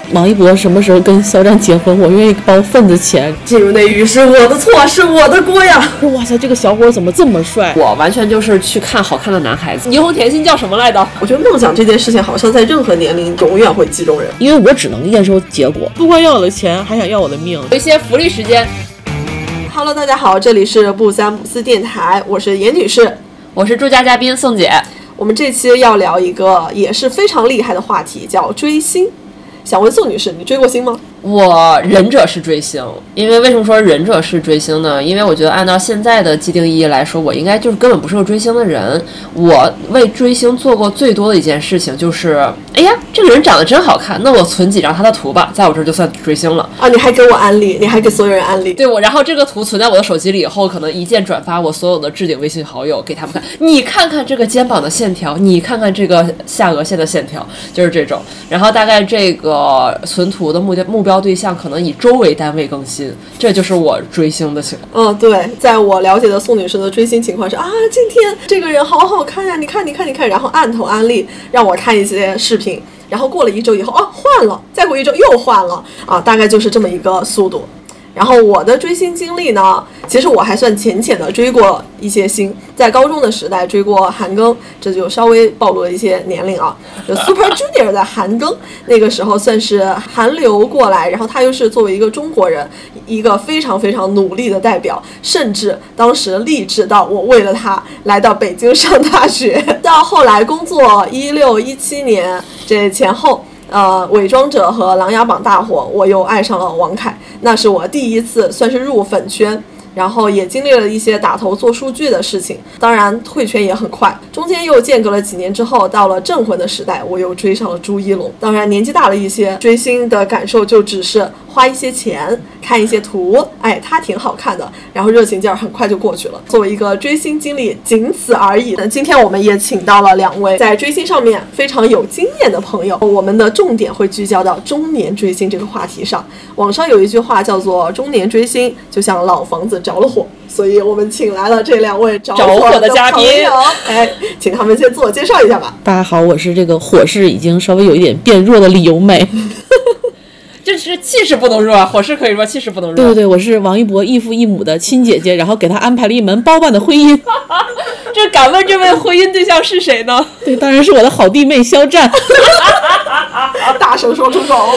王一博什么时候跟肖战结婚，我愿意包份子钱。 进入内娱是我的错，是我的锅呀！ 哇塞，这个小伙怎么这么帅？ 我完全就是去看好看的男孩子。霓虹甜心叫什么来着？ 我觉得梦想这件事情好像在任何年龄永远会击中人， 因为我只能验收结果，不光要我的钱，还想要我的命。 有一些福利时间。 Hello， 大家好，这里是不三不四电台，我是严女士， 我是驻家嘉宾宋姐。 我们这期要聊一个也是非常厉害的话题，叫追星。想问宋女士，你追过星吗？ 我忍者是追星，因为为什么说忍者是追星呢？因为我觉得按照现在的既定意义来说，我应该就是根本不是个追星的人。我为追星做过最多的一件事情就是，哎呀，这个人长得真好看，那我存几张他的图吧，在我这儿就算追星了。 啊，你还给我安利，你还给所有人安利。 对，然后这个图存在我的手机里以后，可能一键转发我所有的置顶微信好友给他们看，你看看这个肩膀的线条，你看看这个下颚线的线条，就是这种。然后大概这个存图的目标对象可能以周为单位更新，这就是我追星的情况。 对，在我了解的宋女士的追星情况是今天这个人好好看呀，你看，然后按头安利让我看一些视频，然后过了1周以后换了，再过1周又换了大概就是这么一个速度。然后我的追星经历呢，其实我还算浅的追过一些星，在高中的时代追过韩庚，这就稍微暴露了一些年龄就 Super Junior 的韩庚，那个时候算是韩流过来，然后他又是作为一个中国人，一个非常非常努力的代表，甚至当时励志到我为了他来到北京上大学，到后来工作16、17年这前后。伪装者和琅琊榜大火，我又爱上了王凯，那是我第一次算是入粉圈，然后也经历了一些打头做数据的事情，当然退圈也很快，中间又间隔了几年之后，到了镇魂的时代，我又追上了朱一龙。当然年纪大了一些，追星的感受就只是花一些钱看一些图，他挺好看的，然后热情劲儿很快就过去了。作为一个追星经历仅此而已。今天我们也请到了2位在追星上面非常有经验的朋友，我们的重点会聚焦到中年追星这个话题上。网上有一句话叫做中年追星就像老房子着了火，所以我们请来了这2位着火的嘉宾，请他们先自我介绍一下吧。 大家好，我是这个火势已经稍微有一点变弱的李由美。 这是气势不能弱，火势可以弱，气势不能弱。 对，我是王一博异父异母的亲姐姐，然后给他安排了一门包办的婚姻。 这敢问这位婚姻对象是谁呢？ 对，当然是我的好弟妹肖战。 大声说出口。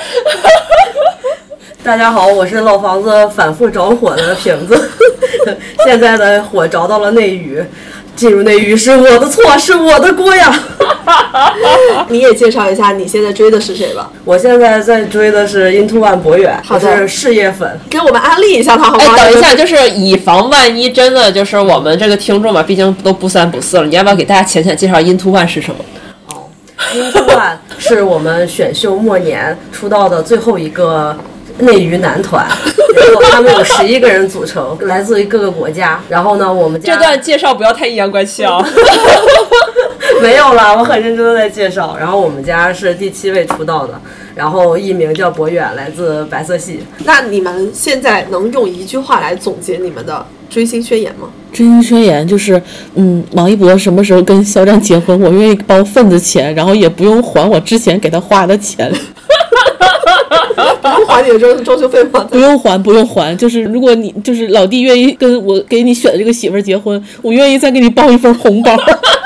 大家好，我是老房子反复着火的瓶子，现在的火着到了内娱，进入内娱是我的错，是我的锅呀！ 你也介绍一下你现在追的是谁吧？ 我现在在追的是 Into One 博远，我是事业粉， 给我们安利一下他好吗？ 等一下，就是以防万一真的就是我们这个听众嘛，毕竟都不3不4了，你要不要给大家浅介绍 Into One 是什么 ？Into One 是我们选秀末年出道的最后一个内娱男团，然后他们有11个人组成，来自于各个国家。然后呢，我们家这段介绍不要太阴阳怪气啊。 没有了，我很认真的在介绍。然后我们家是第7位出道的，然后艺名叫博远，来自白色系。 那你们现在能用一句话来总结你们的追星宣言吗？ 追星宣言就是，王一博什么时候跟肖战结婚，我愿意包份子钱，然后也不用还我之前给他花的钱。 不用还你的装修费吗？ 不用还，就是如果你就是老弟愿意跟我给你选的这个媳妇儿结婚，我愿意再给你包一份红包。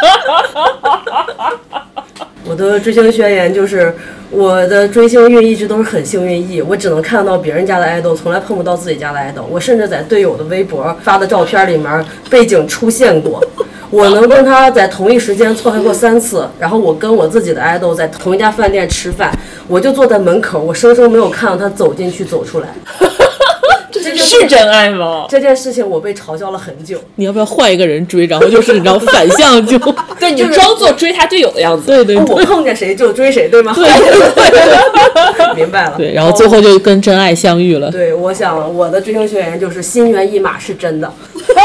我的追星宣言就是，我的追星运一直都是很幸运意，我只能看到别人家的爱豆，从来碰不到自己家的爱豆。我甚至在队友的微博发的照片里面背景出现过，我能跟他在同一时间错开过3次，然后我跟我自己的爱豆在同一家饭店吃饭，我就坐在门口，我生生没有看到他走进去走出来。 是真爱吗？ 这件事情我被嘲笑了很久。 你要不要换一个人追，然后就是你知道反向就对，你装作追他队友的样子。 对， 我碰见谁就追谁，对吗？对，明白了。 对，然后最后就跟真爱相遇了。 对，我想我的追星宣言就是心猿意马是真的。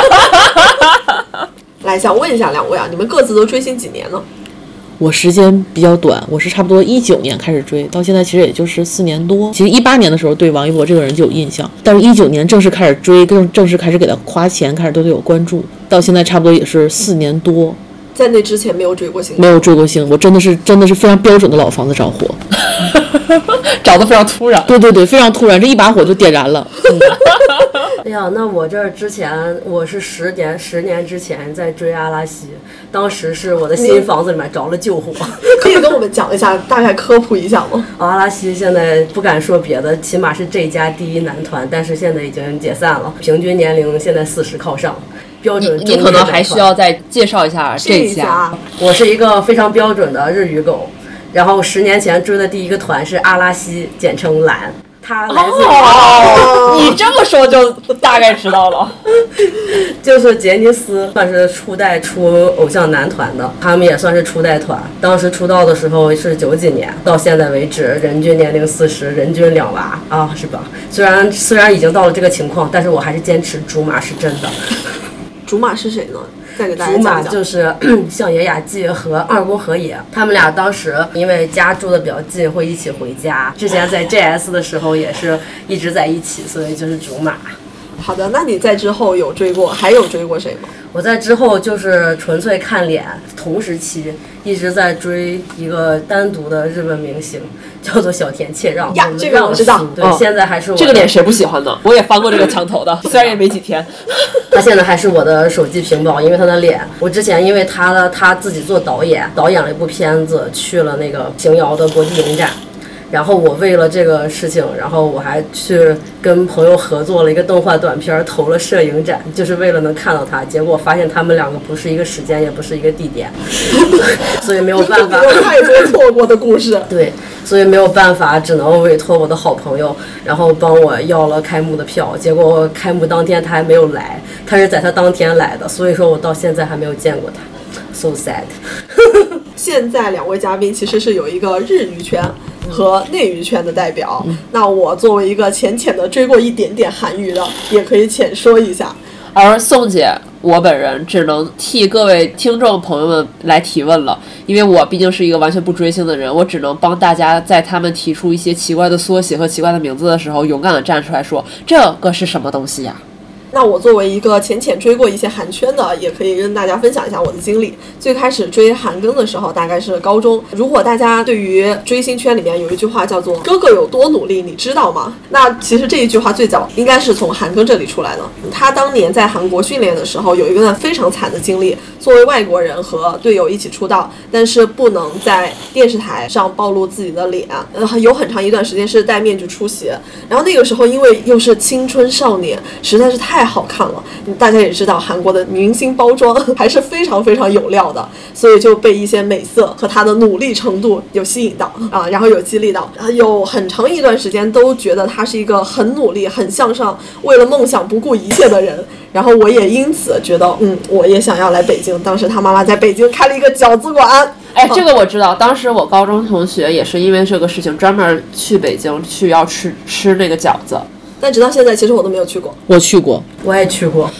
来，想问一下2位你们各自都追星几年呢？ 我时间比较短，我是差不多19年开始追，到现在其实也就是4年多。其实18年的时候对王一博这个人就有印象，但是19年正式开始追，正式开始给他花钱，开始对他有关注，到现在差不多也是4年多。 在那之前没有追过星？ 没有追过星，我真的是非常标准的老房子着火。 找得非常突然。 对对对，非常突然，这一把火就点燃了。 哎呀，那我这儿之前我是10年之前在追阿拉西，当时是我的新房子里面着了救火。 可以跟我们讲一下，大概科普一下吗？ 阿拉西现在不敢说别的，起码是这家第一男团，但是现在已经解散了，平均年龄现在40靠上。标准你可能还需要再介绍一下这家。 我是一个非常标准的日语狗，然后10年前追的第一个团是阿拉西，简称蓝。他来自你这么说就大概知道了。 就是杰尼斯算是初代出偶像男团的，他们也算是初代团。当时出道的时候是90几年，到现在为止人均年龄40，人均2娃啊，是吧？虽然已经到了这个情况，但是我还是坚持竹马是真的。 竹马是谁呢？再给大家竹马讲讲。 就是相野雅纪和二宫和也，他们俩当时因为家住的比较近，会一起回家。之前在 JS 的时候也是一直在一起，所以就是竹马。 好的，那你在之后有追过，还有追过谁吗？ 我在之后就是纯粹看脸，同时期一直在追一个单独的日本明星，叫做小田切让。 呀，这个我知道。 对，现在还是我这个脸谁不喜欢呢？我也翻过这个墙头的，虽然也没几天。 他现在还是我的手机屏保，因为他的脸。我之前因为他自己做导演了一部片子，去了那个平遥的国际影展。然后我为了这个事情，然后我还去跟朋友合作了一个动画短片，投了摄影展，就是为了能看到他。结果发现他们两个不是一个时间，也不是一个地点，所以没有办法。 有太多错过的故事。 对，所以没有办法，只能委托我的好朋友，然后帮我要了开幕的票。结果开幕当天他还没有来，他是在他当天来的，所以说我到现在还没有见过他。So sad 。 现在2位嘉宾其实是有一个日语圈和内娱圈的代表，那我作为一个浅浅的追过一点点韩语的，也可以浅说一下。 而宋姐，我本人只能替各位听众朋友们来提问了，因为我毕竟是一个完全不追星的人，我只能帮大家在他们提出一些奇怪的缩写和奇怪的名字的时候，勇敢地站出来说这个是什么东西呀。 那我作为一个浅追过一些韩圈的，也可以跟大家分享一下我的经历。最开始追韩庚的时候，大概是高中。如果大家对于追星圈里面有一句话叫做"哥哥有多努力，你知道吗？"那其实这一句话最早应该是从韩庚这里出来的。他当年在韩国训练的时候，有一个非常惨的经历，作为外国人和队友一起出道，但是不能在电视台上暴露自己的脸，有很长一段时间是戴面具出席。然后那个时候因为又是青春少年，实在是太好看了，大家也知道韩国的明星包装还是非常非常有料的，所以就被一些美色和他的努力程度有吸引到啊，然后有激励到，有很长一段时间都觉得他是一个很努力很向上，为了梦想不顾一切的人。然后我也因此觉得我也想要来北京。当时他妈妈在北京开了一个饺子馆。 哎，这个我知道，当时我高中同学也是因为这个事情专门去北京去要吃那个饺子。 但直到现在其实我都没有去过。 我去过， 我也去过。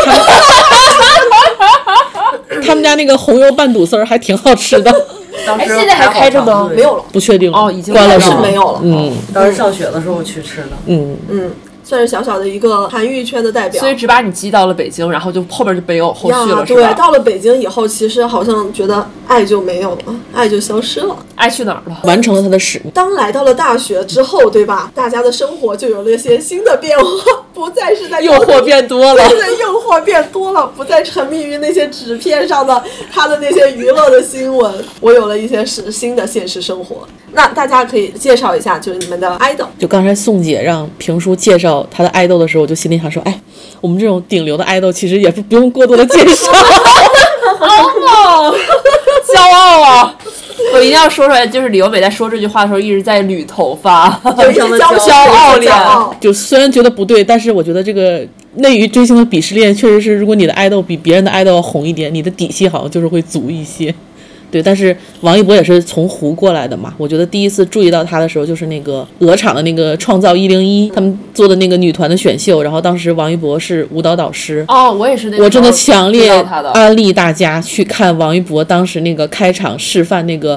他们家那个红油拌肚丝儿还挺好吃的。 当时现在还开着吗？ 没有了， 不确定哦，已经关了是没有了。 当时上学的时候去吃的。 算是小小的一个韩娱圈的代表， 所以只把你寄到了北京，然后就后边就没有后续了，是吧？ 对，到了北京以后，其实好像觉得爱就没有了，爱就消失了。 爱去哪儿了？ 完成了他的使命。 当来到了大学之后，对吧？大家的生活就有了一些新的变化，不再是在诱惑变多了， 对，诱惑变多了，不再沉迷于那些纸片上的他的那些娱乐的新闻。我有了一些新的现实生活。那大家可以介绍一下，就是你们的 idol。 就刚才宋姐让评书介绍她的 idol 的时候，我就心里想说，哎，我们这种顶流的 idol 其实也不用过多的介绍。 好骄傲啊！我一定要说出来，就是李由美在说这句话的时候一直在捋头发， 有一些骄傲脸。 就虽然觉得不对，但是我觉得这个内娱追星的鄙视链确实是，如果你的 idol 比别人的 idol 要红一点，你的底气好像就是会足一些。对，但是王一博也是从湖过来的嘛。我觉得第一次注意到他的时候，就是那个鹅厂的那个创造101，他们做的那个女团的选秀，然后当时王一博是舞蹈导师。 哦，我也是那个。 我真的强烈安利大家去看王一博当时那个开场示范那个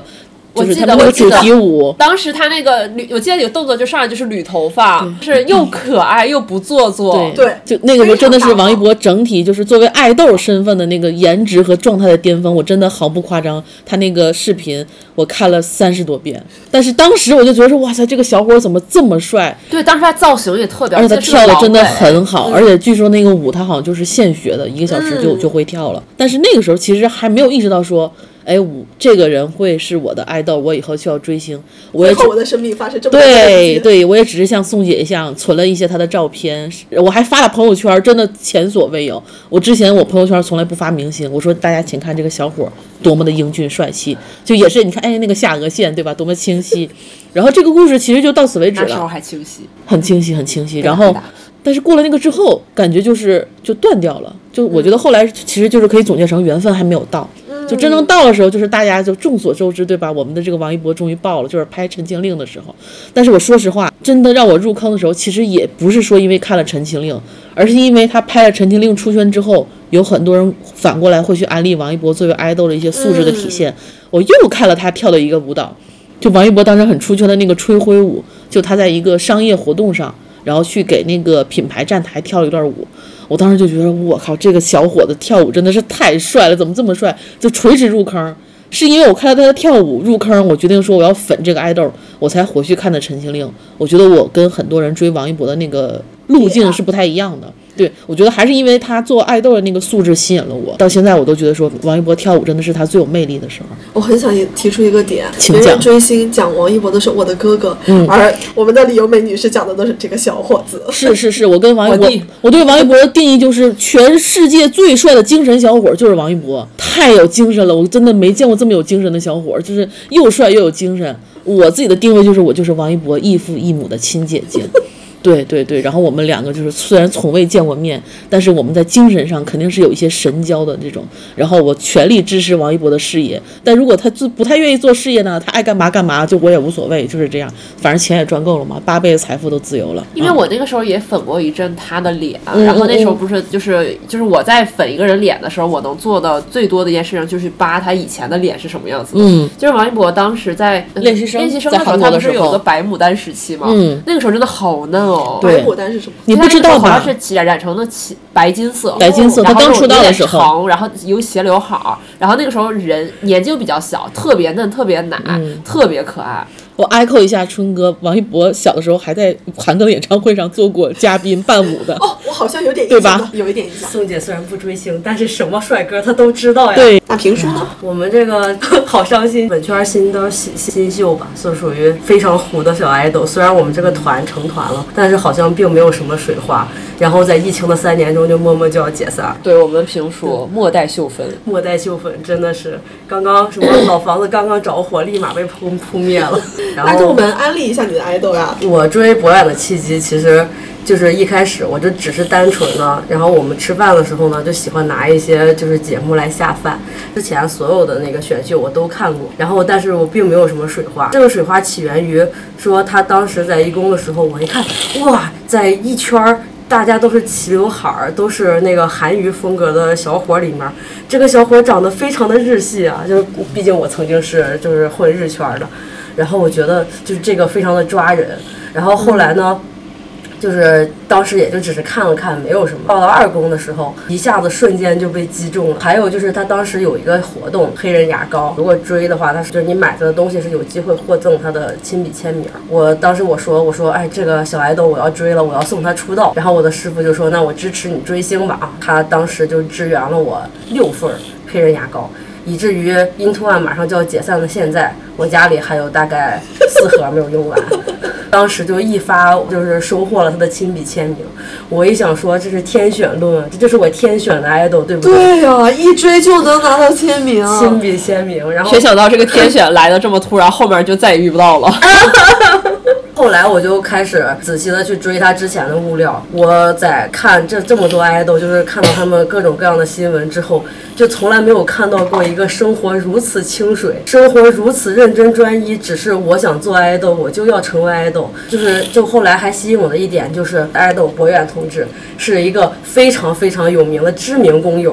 就是他们那个主题舞。 当时他那个我记得有动作就上来就是捋头发，是又可爱又不做作。 对， 就那个时候真的是王一博整体就是作为爱豆身份的那个颜值和状态的巅峰，我真的毫不夸张。他那个视频我看了30多遍，但是当时我就觉得说，哇塞，这个小伙怎么这么帅？ 对，当时他造型也特别， 而且他跳的真的很好，而且据说那个舞他好像就是现学的，1个小时就会跳了。但是那个时候其实还没有意识到说，哎，这个人会是我的爱豆，我以后就要追星。我的生命发生这么多对，我也只是像宋姐一样存了一些她的照片，我还发了朋友圈，真的前所未有。我之前朋友圈从来不发明星，我说大家请看这个小伙多么的英俊帅气，就也是你看，哎，那个下颚线对吧，多么清晰。然后这个故事其实就到此为止了， 那时候还清晰， 很清晰，很清晰。然后，但是过了那个之后，感觉就断掉了。就我觉得后来其实就是可以总结成缘分还没有到。就真正到的时候，就是大家就众所周知，对吧？我们的这个王一博终于爆了，就是拍《陈情令》的时候。但是我说实话，真的让我入坑的时候，其实也不是说因为看了《陈情令》，而是因为他拍了《陈情令》出圈之后，有很多人反过来会去安利王一博作为爱豆的一些素质的体现。我又看了他跳的一个舞蹈，就王一博当时很出圈的那个吹灰舞，就他在一个商业活动上，然后去给那个品牌站台跳了一段舞。我当时就觉得，我靠，这个小伙子跳舞真的是太帅了，怎么这么帅？就垂直入坑。是因为我看到他的跳舞入坑，我决定说我要粉这个爱豆，我才回去看的《陈情令》。我觉得我跟很多人追王一博的那个路径是不太一样的。对，我觉得还是因为他做爱豆的那个素质吸引了我，到现在我都觉得说王一博跳舞真的是他最有魅力的时候。 我很想提出一个点， 请别人追星讲王一博的是我的哥哥，而我们的李由美女士讲的都是这个小伙子。 是，我跟王一博，我对王一博的定义就是全世界最帅的精神小伙就是王一博，太有精神了，我真的没见过这么有精神的小伙，就是又帅又有精神。我自己的定位就是我就是王一博异父异母的亲姐姐。对，然后我们两个就是虽然从未见过面，但是我们在精神上肯定是有一些神交的这种。然后我全力支持王一博的事业，但如果他不太愿意做事业呢，他爱干嘛干嘛，就我也无所谓，就是这样，反正钱也赚够了嘛，8辈子财富都自由了。 因为我那个时候也粉过一阵他的脸，然后那时候不是就是我在粉一个人脸的时候，我能做的最多的一件事情就是扒他以前的脸是什么样子的。就是王一博当时在练习生的时候，他不是有个白牡丹时期吗？那个时候真的好嫩。 白牡丹是什么？ 你不知道吧？ 好像是染成了白金色， 他刚出道的时候， 长，然后有斜刘海，然后那个时候人年纪又比较小，特别嫩，特别奶，特别可爱。 我echo一下春哥，王一博小的时候还在韩庚演唱会上做过嘉宾伴舞的。 哦，我好像有点印象，对吧？有一点印象。 宋姐虽然不追星，但是什么帅哥她都知道呀。 对， 那评书呢？ 我们这个好伤心，本圈新秀吧，是属于非常糊的小爱豆。虽然我们这个团成团了，但是好像并没有什么水花。然后在疫情的3年中，就默默就要解散。 对，我们评书末代秀粉， 末代秀粉真的是刚刚什么老房子刚刚着火，立马被扑灭了。 那给我们安利一下你的爱豆呀。 我追博远的契机其实就是一开始我就只是单纯的，然后我们吃饭的时候呢，就喜欢拿一些就是节目来下饭。之前所有的那个选秀我都看过，然后但是我并没有什么水花。这个水花起源于说他当时在一公的时候，我一看，哇，在一圈大家都是齐刘海儿，都是那个韩娱风格的小伙里面，这个小伙长得非常的日系啊，就是毕竟我曾经是就是混日圈的，然后我觉得就是这个非常的抓人。然后后来呢，就是当时也就只是看了看，没有什么。到了2公的时候，一下子瞬间就被击中了。还有就是他当时有一个活动，黑人牙膏，如果追的话，他就是你买的东西是有机会获赠他的亲笔签名。我当时我说，哎，这个小爱豆我要追了，我要送他出道。然后我的师傅就说，那我支持你追星吧啊。他当时就支援了我6份黑人牙膏。以至于 Into1 马上就要解散的现在，我家里还有大概4盒没有用完。当时就一发就是收获了他的亲笔签名。我一想说，这是天选论，这就是我天选的爱豆，对不对？ 对呀，一追就能拿到签名， 亲笔签名。然后谁想到这个天选来的这么突然，后面就再也遇不到了。 后来我就开始仔细的去追他之前的物料。我在看这么多爱豆，就是看到他们各种各样的新闻之后，就从来没有看到过一个生活如此清水，生活如此认真专一，只是我想做爱豆，我就要成为爱豆。就后来还吸引我的一点就是，爱豆博远同志是一个非常非常有名的知名工友。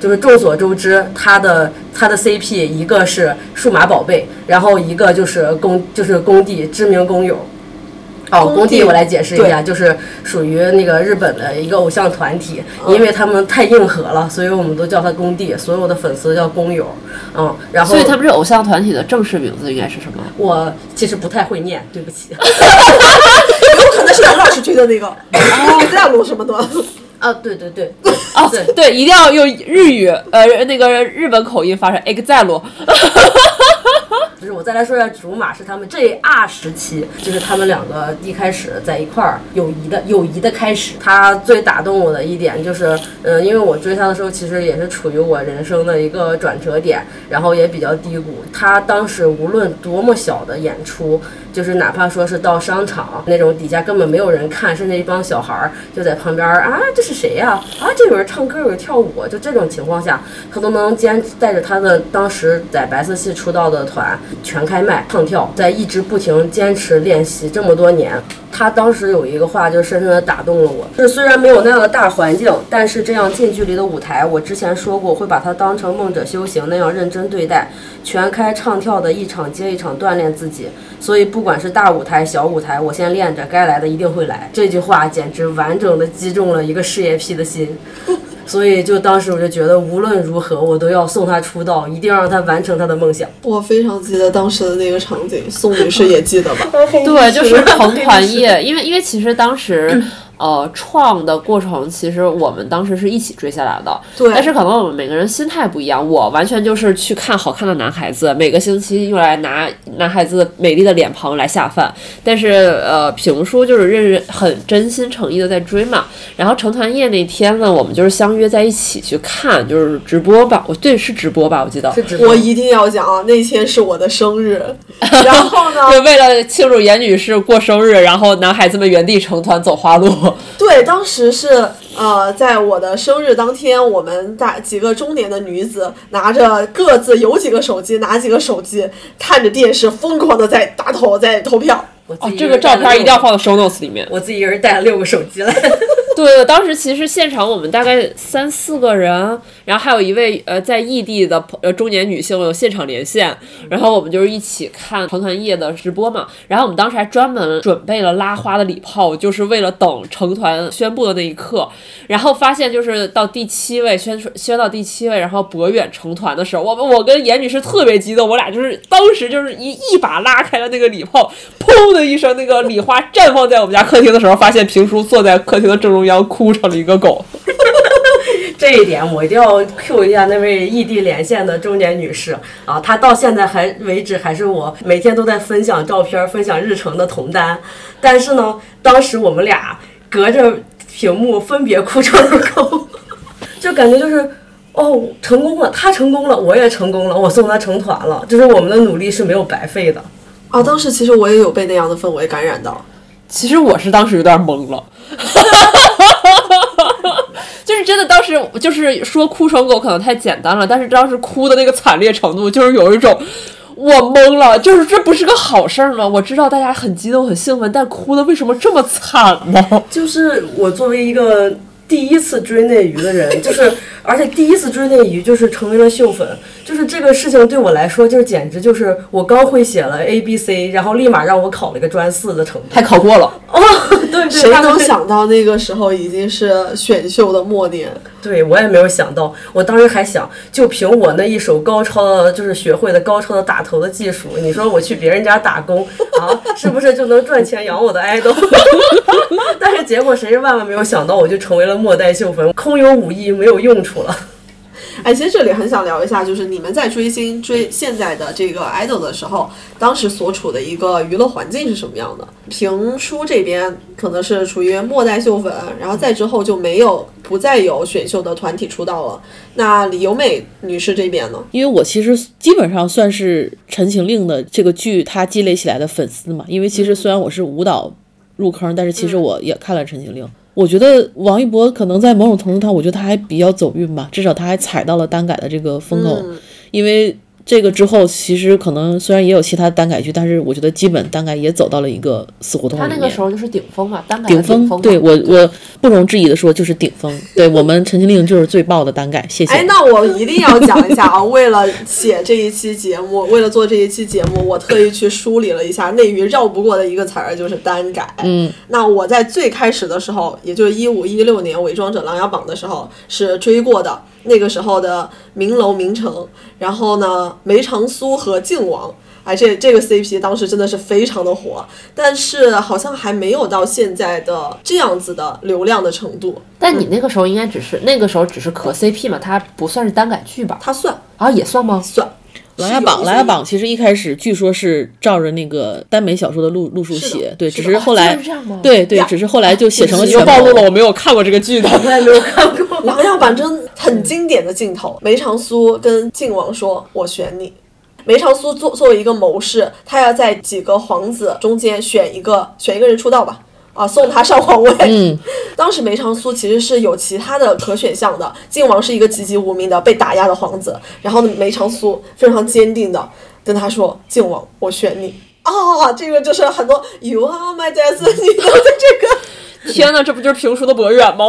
就是众所周知，他的 CP 一个是数码宝贝，然后一个就是工地知名工友。工地我来解释一下，就是属于那个日本的一个偶像团体，因为他们太硬核了，所以我们都叫他工地，所有的粉丝叫工友。然后所以他们这偶像团体的正式名字应该是什么？ 我其实不太会念，对不起。 有可能是杨老师追的那个在路什么的。 对， 对，一定要用日语那个日本口音发成 EXILE。 不是，我再来说一下竹马是他们 JR 时期，就是他们两个一开始在一块儿友谊的开始。他最打动我的一点就是，因为我追他的时候其实也是处于我人生的一个转折点，然后也比较低谷。他当时无论多么小的演出，就是哪怕说是到商场那种底下根本没有人看，甚至一帮小孩儿就在旁边这是谁呀？这有人唱歌，有人跳舞，就这种情况下，他都能带着他的当时在白色系出道的团全开麦唱跳，在一直不停坚持练习这么多年。他当时有一个话就深深的打动了我，就是虽然没有那样的大环境，但是这样近距离的舞台，我之前说过会把它当成梦者修行那样认真对待，全开唱跳的一场接一场锻炼自己。所以不管是大舞台小舞台，我先练着，该来的一定会来。这句话简直完整的击中了一个事业癖的心。所以就当时我就觉得无论如何我都要送他出道，一定要让他完成他的梦想。 我非常记得当时的那个场景，宋女士也记得吧？ 对，就是成团夜，因为其实当时。创的过程其实我们当时是一起追下来的， 对。 但是可能我们每个人心态不一样，我完全就是去看好看的男孩子，每个星期用来拿男孩子美丽的脸庞来下饭。但是评书就是很真心诚意的在追嘛。然后成团夜那天呢，我们就是相约在一起去看，就是直播吧，对，是直播吧，我记得。 是直播。 我一定要讲那天是我的生日，然后呢， 就为了庆祝严女士过生日，然后男孩子们原地成团走花路。 对，当时是在我的生日当天，我们几个中年的女子拿着各自有几个手机，拿几个手机，看着电视，疯狂的在在投票。 这个照片一定要放到 show notes 里面。 我自己一个人带了6个手机来。 对，当时其实现场我们大概3、4个人，然后还有一位在异地的中年女性有现场连线，然后我们就是一起看成团夜的直播嘛。然后我们当时还专门准备了拉花的礼炮，就是为了等成团宣布的那一刻。然后发现就是到第7位宣到第7位，然后博远成团的时候，我跟严女士特别激动，我俩就是当时就是一把拉开了那个礼炮，砰的一声，那个礼花绽放在我们家客厅的时候，发现评书坐在客厅的正中央哭成了一个狗。 这一点我一定要 Q 一下那位异地连线的中年女士啊，她到现在为止还是我每天都在分享照片、分享日程的同担。但是呢，当时我们俩隔着屏幕分别哭成了狗，就感觉就是成功了，她成功了，我也成功了，我送她成团了，就是我们的努力是没有白费的。 当时其实我也有被那样的氛围感染到。 其实我是当时有点懵了。就是真的，当时就是说哭成狗可能太简单了，但是当时哭的那个惨烈程度，就是有一种我懵了，就是这不是个好事儿吗？我知道大家很激动很兴奋，但哭的为什么这么惨呢？ 就是我作为一个第一次追内娱的人，就是而且第一次追内娱就是成为了秀粉，就是这个事情对我来说就是简直就是我刚会写了 ABC， 然后立马让我考了一个专4的程度， 还考过了。 对， 谁能想到那个时候已经是选秀的末年？ 对，我也没有想到，我当时还想，就凭我那一手高超的，就是学会的高超的打头的技术，你说我去别人家打工啊，是不是就能赚钱养我的爱豆？但是结果谁是万万没有想到，我就成为了末代秀粉，空有武艺没有用处了。 其实这里很想聊一下，就是你们在追现在的这个 idol 的时候，当时所处的一个娱乐环境是什么样的？评书这边可能是处于末代秀粉，然后再之后就不再有选秀的团体出道了。那李由美女士这边呢？ 因为我其实基本上算是《陈情令》的这个剧它积累起来的粉丝嘛，因为其实虽然我是舞蹈入坑，但是其实我也看了《陈情令》。我觉得王一博可能在某种程度上，我觉得他还比较走运吧，至少他还踩到了单改的这个风口，因为这个之后，其实可能虽然也有其他单改剧，但是我觉得基本单改也走到了一个死胡同里面。 他那个时候就是顶峰嘛，单改的顶峰，对我不容置疑的说就是顶峰。对我们陈情令就是最爆的单改，谢谢。 哎，那我一定要讲一下啊！为了写这一期节目，为了做这一期节目，我特意去梳理了一下内娱绕不过的一个词儿，就是单改。那我在最开始的时候，也就是15、16年《伪装者琅琊榜》的时候是追过的，那个时候的明楼明成，然后呢梅长苏和靖王。哎，这个 CP 当时真的是非常的火，但是好像还没有到现在的这样子的流量的程度。 但你那个时候应该那个时候只是磕 CP 嘛，它不算是单改剧吧？ 它算啊，也算吗？ 算。 琅琊榜其实一开始据说是照着那个耽美小说的路数写，对，只是后来对，只是后来就写成了全暴露了我没有看过这个剧的， 我也没有看过。 琅琊榜真很经典的镜头，梅长苏跟靖王说：“我选你。”梅长苏作为一个谋士，他要在几个皇子中间选一个人出道吧，送他上皇位。当时梅长苏其实是有其他的可选项的，靖王是一个籍籍无名的被打压的皇子，然后呢，梅长苏非常坚定的跟他说：“靖王，我选你。”这个就是很多 You are my destiny 的这个。 天哪，这不就是评书的博远吗？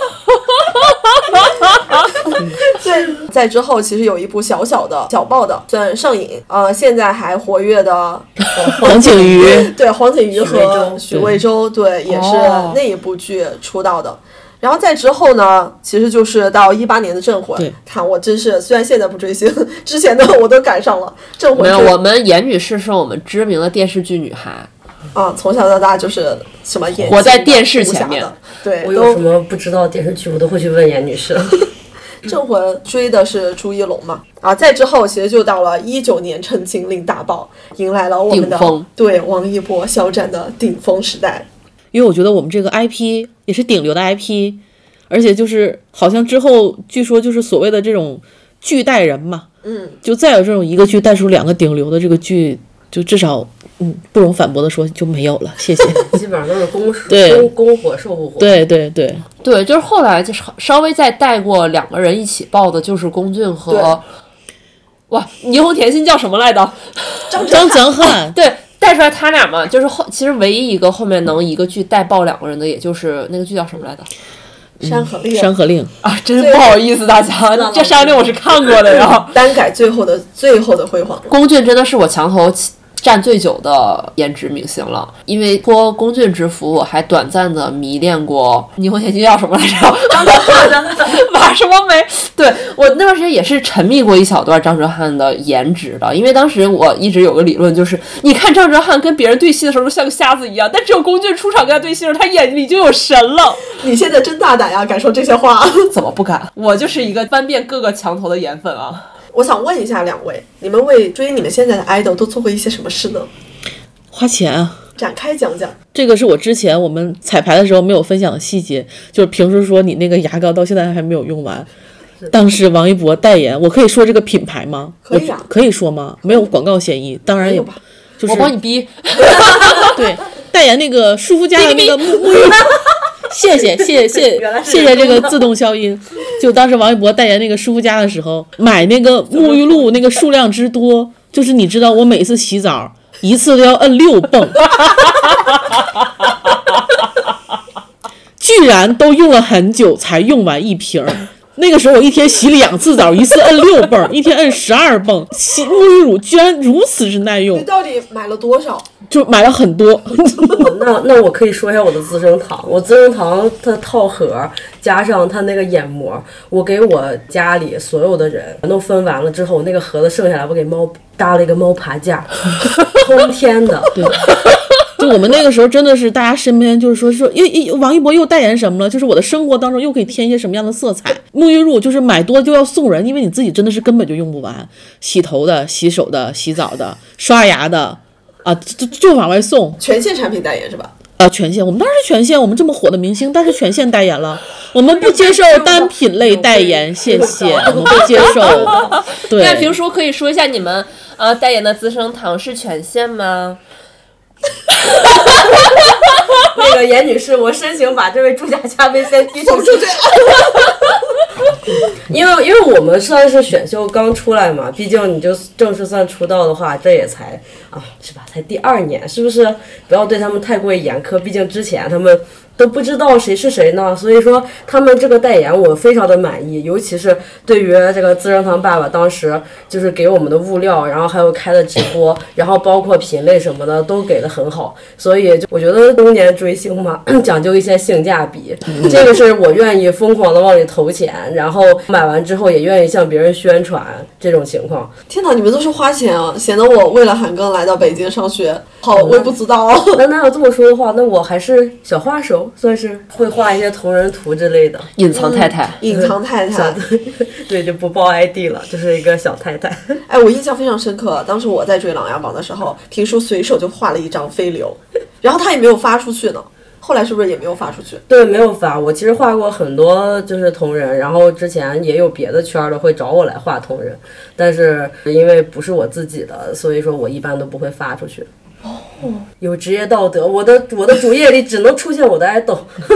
对，在之后其实有一部小爆的，虽然上瘾，现在还活跃的黄景瑜， 对，黄景瑜和许魏洲，对，也是那一部剧出道的。然后在之后呢，其实就是到18年的镇魂，看我真是虽然现在不追星，之前的我都赶上了。镇魂没有，我们严女士是我们知名的电视剧女孩。 从小到大就是什么活在电视前面。 对， 我有什么不知道的电视剧，我都会去问严女士。 镇魂追的是朱一龙嘛，再之后其实就到了19年陈情令大爆，迎来了我们的对王一博肖战的顶峰时代。 因为我觉得我们这个 IP 也是顶流的 IP， 而且就是好像之后据说就是所谓的这种剧带人嘛，就再有这种一个剧带出2个顶流的这个剧，就至少不容反驳的说就没有了，谢谢。 基本上都是公火受不火。 对， 就是后来就稍微再带过2个人一起爆的，就是龚俊和霓虹甜心叫什么来着？ 张哲瀚。 对，带出来他俩嘛，就是其实唯一一个后面能一个剧带爆2个人的，也就是那个剧叫什么来着？ 山河令真是不好意思大家，这山河令我是看过的呀。 单改最后的辉煌， 龚俊真的是我墙头占最久的颜值明星了，因为托龚俊之福，我还短暂的迷恋过霓虹甜心叫什么来着？张哲瀚，马什么梅？对，我那段时间也是沉迷过一小段张哲瀚的颜值的，因为当时我一直有个理论，就是你看张哲瀚跟别人对戏的时候都像个瞎子一样，但只有龚俊出场跟他对戏的时候，他眼里就有神了。 你现在真大胆呀，敢说这些话？ 怎么不敢？我就是一个翻遍各个墙头的颜粉啊。 我想问一下2位，你们为追你们现在的 idol 都做过一些什么事呢？ 花钱啊， 展开讲讲。 这个是我之前我们彩排的时候没有分享的细节，就是平时说你那个牙膏到现在还没有用完，当时王一博代言，我可以说这个品牌吗？ 可以啊， 可以说吗？没有广告嫌疑，当然也就是我帮你逼。 对，代言那个舒肤佳的那个沐浴。谢谢这个自动消音。就当时王一博代言那个舒肤佳的时候，买那个沐浴露那个数量之多，就是你知道我每次洗澡一次都要摁6泵，居然都用了很久才用完1瓶。那个时候我一天洗2次澡，一次摁6泵，一天摁12泵，洗沐浴乳居然如此之耐用。 你到底买了多少？ 就买了很多。 那我可以说一下我的资生堂，我资生堂它套盒加上它那个眼膜，我给我家里所有的人全都分完了之后，那个盒子剩下来我给猫搭了一个猫爬架，通天的。 对。就我们那个时候真的是大家身边就是说王一博又代言什么了，就是我的生活当中又可以添一些什么样的色彩。沐浴露就是买多就要送人，因为你自己真的是根本就用不完，洗头的、洗手的、洗澡的、刷牙的就往外送。 全线产品代言是吧？ 全线，我们当然是全线，我们这么火的明星，但是全线代言了，我们不接受单品类代言，谢谢，我们不接受。对， 那评书可以说一下你们代言的资生堂是全线吗？ 那个严女士，我申请把这位朱家嘉宾先踢出去。 因为我们算是选秀刚出来嘛，毕竟你就正式算出道的话，这也才是吧，才第2年，是不是？不要对他们太过于严苛，毕竟之前他们都不知道谁是谁呢，所以说他们这个代言我非常的满意，尤其是对于这个资生堂爸爸当时就是给我们的物料，然后还有开的直播，然后包括品类什么的都给的很好，所以我觉得中年追星嘛，讲究一些性价比，这个是我愿意疯狂的往里投钱，然后买完之后也愿意向别人宣传这种情况。 天哪，你们都是花钱啊，显得我为了韩庚来到北京上学好微不足道哦。 那要这么说的话，那我还是小画手，算是会画一些同人图之类的。 隐藏太太， 隐藏太太， 对，就不报 ID 了，就是一个小太太。 哎，我印象非常深刻，当时我在追《琅琊榜》的时候，评书随手就画了一张飞流，然后他也没有发出去呢。后来是不是也没有发出去？ 对，没有发。我其实画过很多就是同人，然后之前也有别的圈的会找我来画同人，但是因为不是我自己的，所以说我一般都不会发出去。有职业道德，我的主页里只能出现我的爱豆。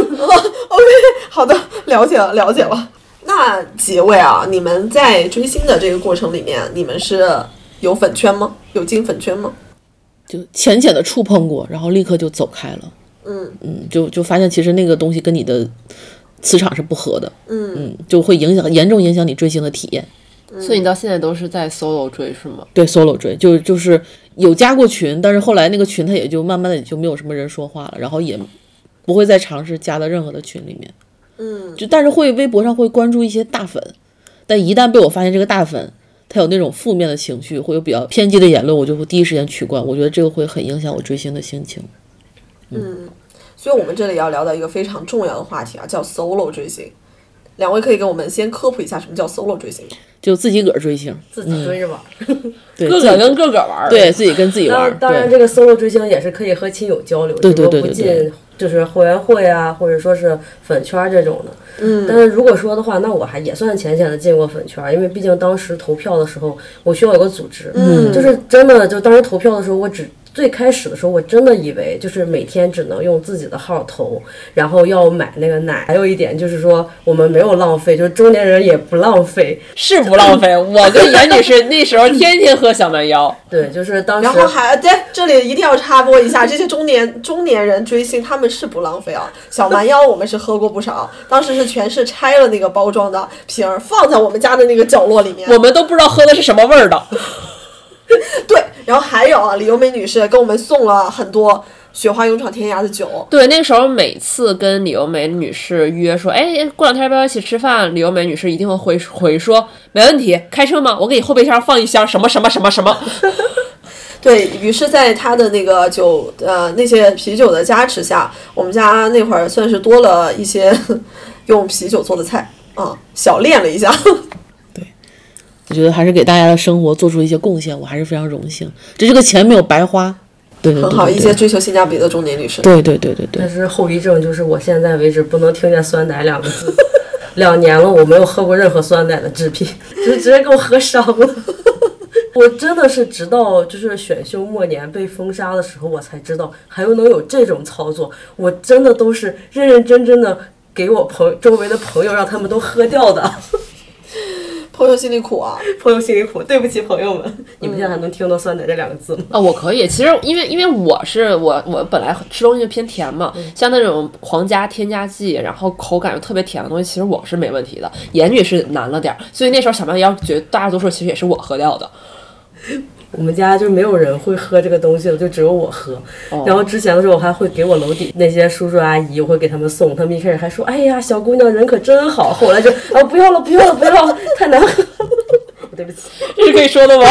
OK， 好的，了解了。那几位啊，你们在追星的这个过程里面，你们是有粉圈吗？有进粉圈吗？ 就浅浅的触碰过，然后立刻就走开了。就发现其实那个东西跟你的磁场是不合的。就会严重影响你追星的体验。 所以你到现在都是在 solo 追是吗？ 对 ，solo 追就是有加过群，但是后来那个群它也就慢慢的也就没有什么人说话了，然后也不会再尝试加到任何的群里面。但是会微博上会关注一些大粉，但一旦被我发现这个大粉他有那种负面的情绪，会有比较偏激的言论，我就会第一时间取关，我觉得这个会很影响我追星的心情。 所以我们这里要聊到一个非常重要的话题啊，叫 solo 追星。两位可以给我们先科普一下什么叫 solo 追星吗？ 就自己个儿追星， 自己追着玩。 对， 个个跟个个玩， 对自己跟自己玩。 当然，这个 solo 追星也是可以和亲友交流， 对， 不进就是会员会啊，或者说是粉圈这种的。但是如果说的话，那我还也算浅浅的进过粉圈，因为毕竟当时投票的时候，我需要有个组织。就是真的，就当时投票的时候，最开始的时候，我真的以为就是每天只能用自己的号投，然后要买那个奶。还有一点就是说，我们没有浪费，就是中年人也不浪费， 是不浪费。我跟严女士那时候天天喝小蛮腰。 对，就是当时。 然后这里一定要插播一下，这些中年人追星，他们是不浪费啊。小蛮腰我们是喝过不少，当时是全是拆了那个包装的瓶儿，放在我们家的那个角落里面， 我们都不知道喝的是什么味儿的。 对，然后还有啊，李由美女士给我们送了很多雪花勇闯天涯的酒。 对，那个时候每次跟李由美女士约说，哎，过两天要不要一起吃饭？李由美女士一定会回说，没问题，开车吗？我给你后备箱放一箱什么什么什么什么。 对，于是在他的那个那些啤酒的加持下，我们家那会儿算是多了一些用啤酒做的菜啊，小练了一下。 我觉得还是给大家的生活做出一些贡献，我还是非常荣幸。这个钱没有白花，对， 很好，一些追求性价比的中年女士。 对。 但是后遗症就是我现在为止不能听见酸奶2个字，2年了我没有喝过任何酸奶的制品，就直接给我喝伤了。我真的是直到就是选秀末年被封杀的时候，我才知道还能有这种操作。我真的都是认认真真的给我周围的朋友让他们都喝掉的。 朋友心里苦啊， 朋友心里苦，对不起朋友们，你们现在还能听到酸奶这2个字吗？ 啊，我可以。其实因为我本来吃东西就偏甜嘛，像那种狂加添加剂，然后口感又特别甜的东西，其实我是没问题的。严女是难了点，所以那时候小蛮腰觉得大多数其实也是我喝掉的。 我们家就没有人会喝这个东西了，就只有我喝。然后之前的时候，我还会给我楼底那些叔叔阿姨，我会给他们送。他们一开始还说：“哎呀，小姑娘人可真好。”后来就不要了，太难喝了。对不起， 这是可以说的吗？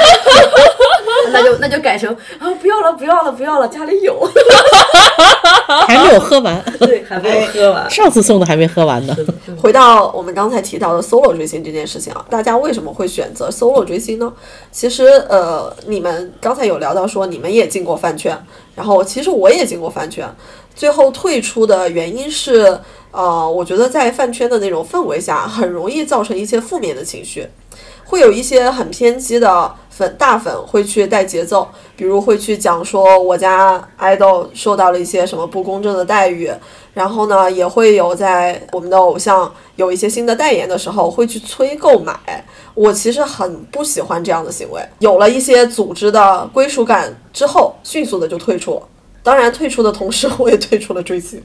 那就改成不要了，家里有。 还没有喝完。 对，还没有喝完。 上次送的还没喝完呢。 回到我们刚才提到的 solo 追星这件事情啊，大家为什么会选择 solo 追星呢？其实你们刚才有聊到说你们也进过饭圈，然后其实我也进过饭圈，最后退出的原因是我觉得在饭圈的那种氛围下，很容易造成一些负面的情绪，会有一些很偏激的大粉会去带节奏，比如会去讲说我家idol受到了一些什么不公正的待遇，然后呢也会有在我们的偶像有一些新的代言的时候会去催购买。我其实很不喜欢这样的行为，有了一些组织的归属感之后迅速的就退出了。当然退出的同时我也退出了追星，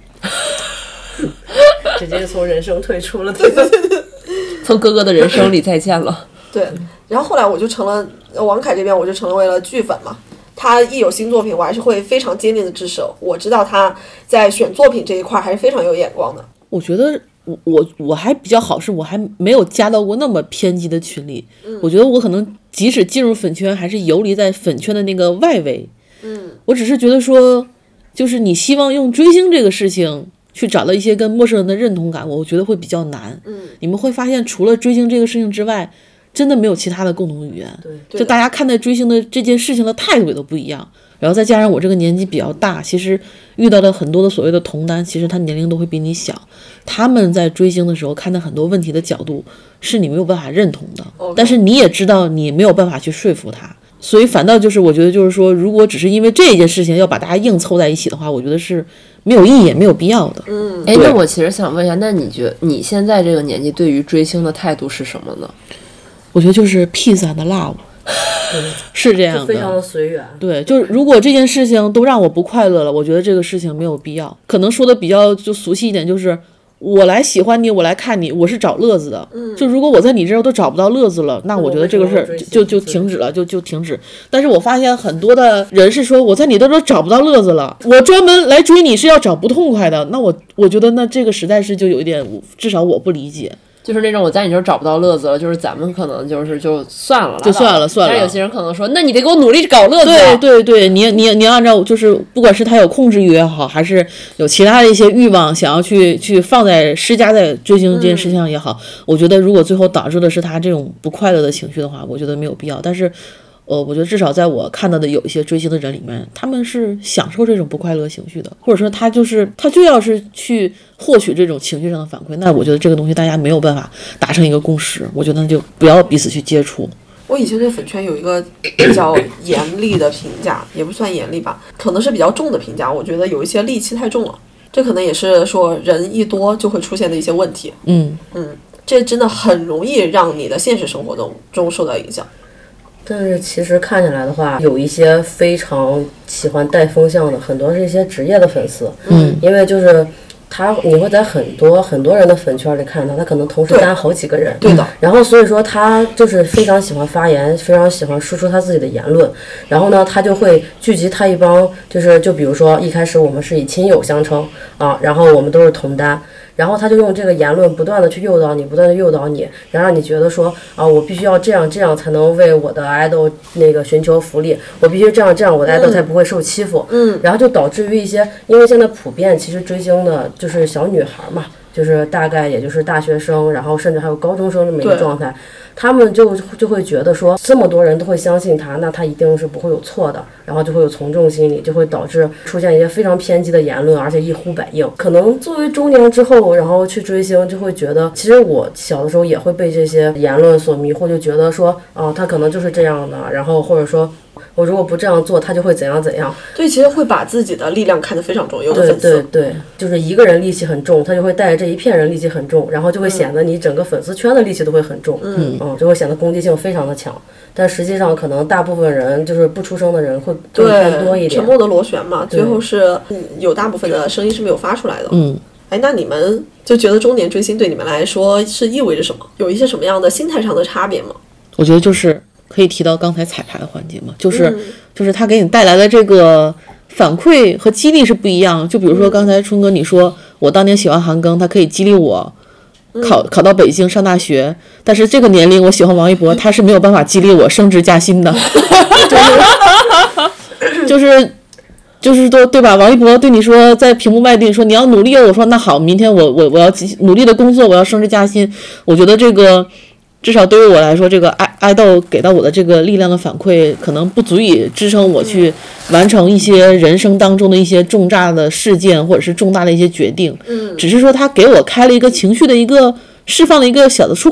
直接从人生退出了。 对， 从哥哥的人生里再见了。 对，然后后来我就成了王凯这边，我就成为了剧粉嘛。他一有新作品，我还是会非常坚定的支持。我知道他在选作品这一块还是非常有眼光的。 我觉得我还比较好，是我还没有加到过那么偏激的群里。我觉得我可能即使进入粉圈，还是游离在粉圈的那个外围。我只是觉得说，就是你希望用追星这个事情去找到一些跟陌生人的认同感，我觉得会比较难。你们会发现，除了追星这个事情之外，真的没有其他的共同语言。 对， 就大家看待追星的这件事情的态度也都不一样。然后再加上我这个年纪比较大，其实遇到的很多的所谓的同单，其实他年龄都会比你小，他们在追星的时候看待很多问题的角度是你没有办法认同的。但是你也知道你没有办法去说服他，所以反倒就是我觉得就是说，如果只是因为这件事情要把大家硬凑在一起的话，我觉得是没有意义也没有必要的。 那我其实想问一下，那你觉得你现在这个年纪对于追星的态度是什么呢？ 我觉得就是 peace and love，是这样的， 非常的随缘。 对，就是如果这件事情都让我不快乐了，我觉得这个事情没有必要。可能说的比较就俗气一点，就是我来喜欢你，我来看你，我是找乐子的。就如果我在你这儿都找不到乐子了，那我觉得这个事儿就停止了，就停止。但是我发现很多的人是说，我在你这儿都找不到乐子了，我专门来追你是要找不痛快的。那我觉得那这个实在是就有一点，至少我不理解。 就是那种我在你这儿找不到乐子了，就是咱们可能就算了， 就算了。 但是有些人可能说，那你得给我努力搞乐子。 对，你按照就是不管是他有控制欲也好，还是有其他的一些欲望想要去放在施加在追星这件事情上也好，我觉得如果最后导致的是他这种不快乐的情绪的话，我觉得没有必要。但是我觉得至少在我看到的有一些追星的人里面，他们是享受这种不快乐情绪的，或者说他就要是去获取这种情绪上的反馈，那我觉得这个东西大家没有办法达成一个共识，我觉得那就不要彼此去接触。 我以前对粉圈有一个比较严厉的评价，也不算严厉吧，可能是比较重的评价。我觉得有一些戾气太重了，这可能也是说人一多就会出现的一些问题。这真的很容易让你的现实生活中受到影响。 但是其实看起来的话，有一些非常喜欢带风向的，很多是一些职业的粉丝。因为就是你会在很多人的粉圈里看他可能同时担好几个人。 对的。 然后所以说他就是非常喜欢发言，非常喜欢输出他自己的言论。然后呢，他就会聚集他一帮，就比如说一开始我们是以亲友相称啊，然后我们都是同单。然后他就用这个言论不断的去诱导你，然后让你觉得说啊，我必须要这样才能为我的 idol 那个寻求福利，我必须这样我的 idol 才不会受欺负。然后就导致于一些，因为现在普遍其实追星的就是小女孩嘛，就是大概也就是大学生，然后甚至还有高中生这么一个状态。他们就会觉得说，这么多人都会相信他，那他一定是不会有错的，然后就会有从众心理，就会导致出现一些非常偏激的言论，而且一呼百应。可能作为中年之后，然后去追星，就会觉得，其实我小的时候也会被这些言论所迷惑，就觉得说，他可能就是这样的，然后或者说，我如果不这样做，他就会怎样怎样。 对，其实会把自己的力量看得非常重，有的粉丝。 对，就是一个人戾气很重，他就会带着这一片人戾气很重，然后就会显得你整个粉丝圈的戾气都会很重。就会显得攻击性非常的强。但实际上可能大部分人就是不出声的人会更偏多一点。 沉默的螺旋嘛，最后是有大部分的声音是没有发出来的。那你们就觉得中年追星对你们来说是意味着什么？有一些什么样的心态上的差别吗？ 我觉得就是可以提到刚才彩排的环节嘛，就是他给你带来的这个反馈和激励是不一样。就比如说刚才春哥你说我当年喜欢韩庚，他可以激励我考到北京上大学，但是这个年龄我喜欢王一博，他是没有办法激励我升职加薪的。就是说对吧？王一博对你说，在屏幕外对你说你要努力哦，我说那好，明天我要努力的工作，我要升职加薪。我觉得这个至少对于我来说，这个爱豆给到我的这个力量的反馈，可能不足以支撑我去完成一些人生当中的一些重大的事件或者是重大的一些决定。只是说他给我开了一个情绪的一个释放的一个小的出口。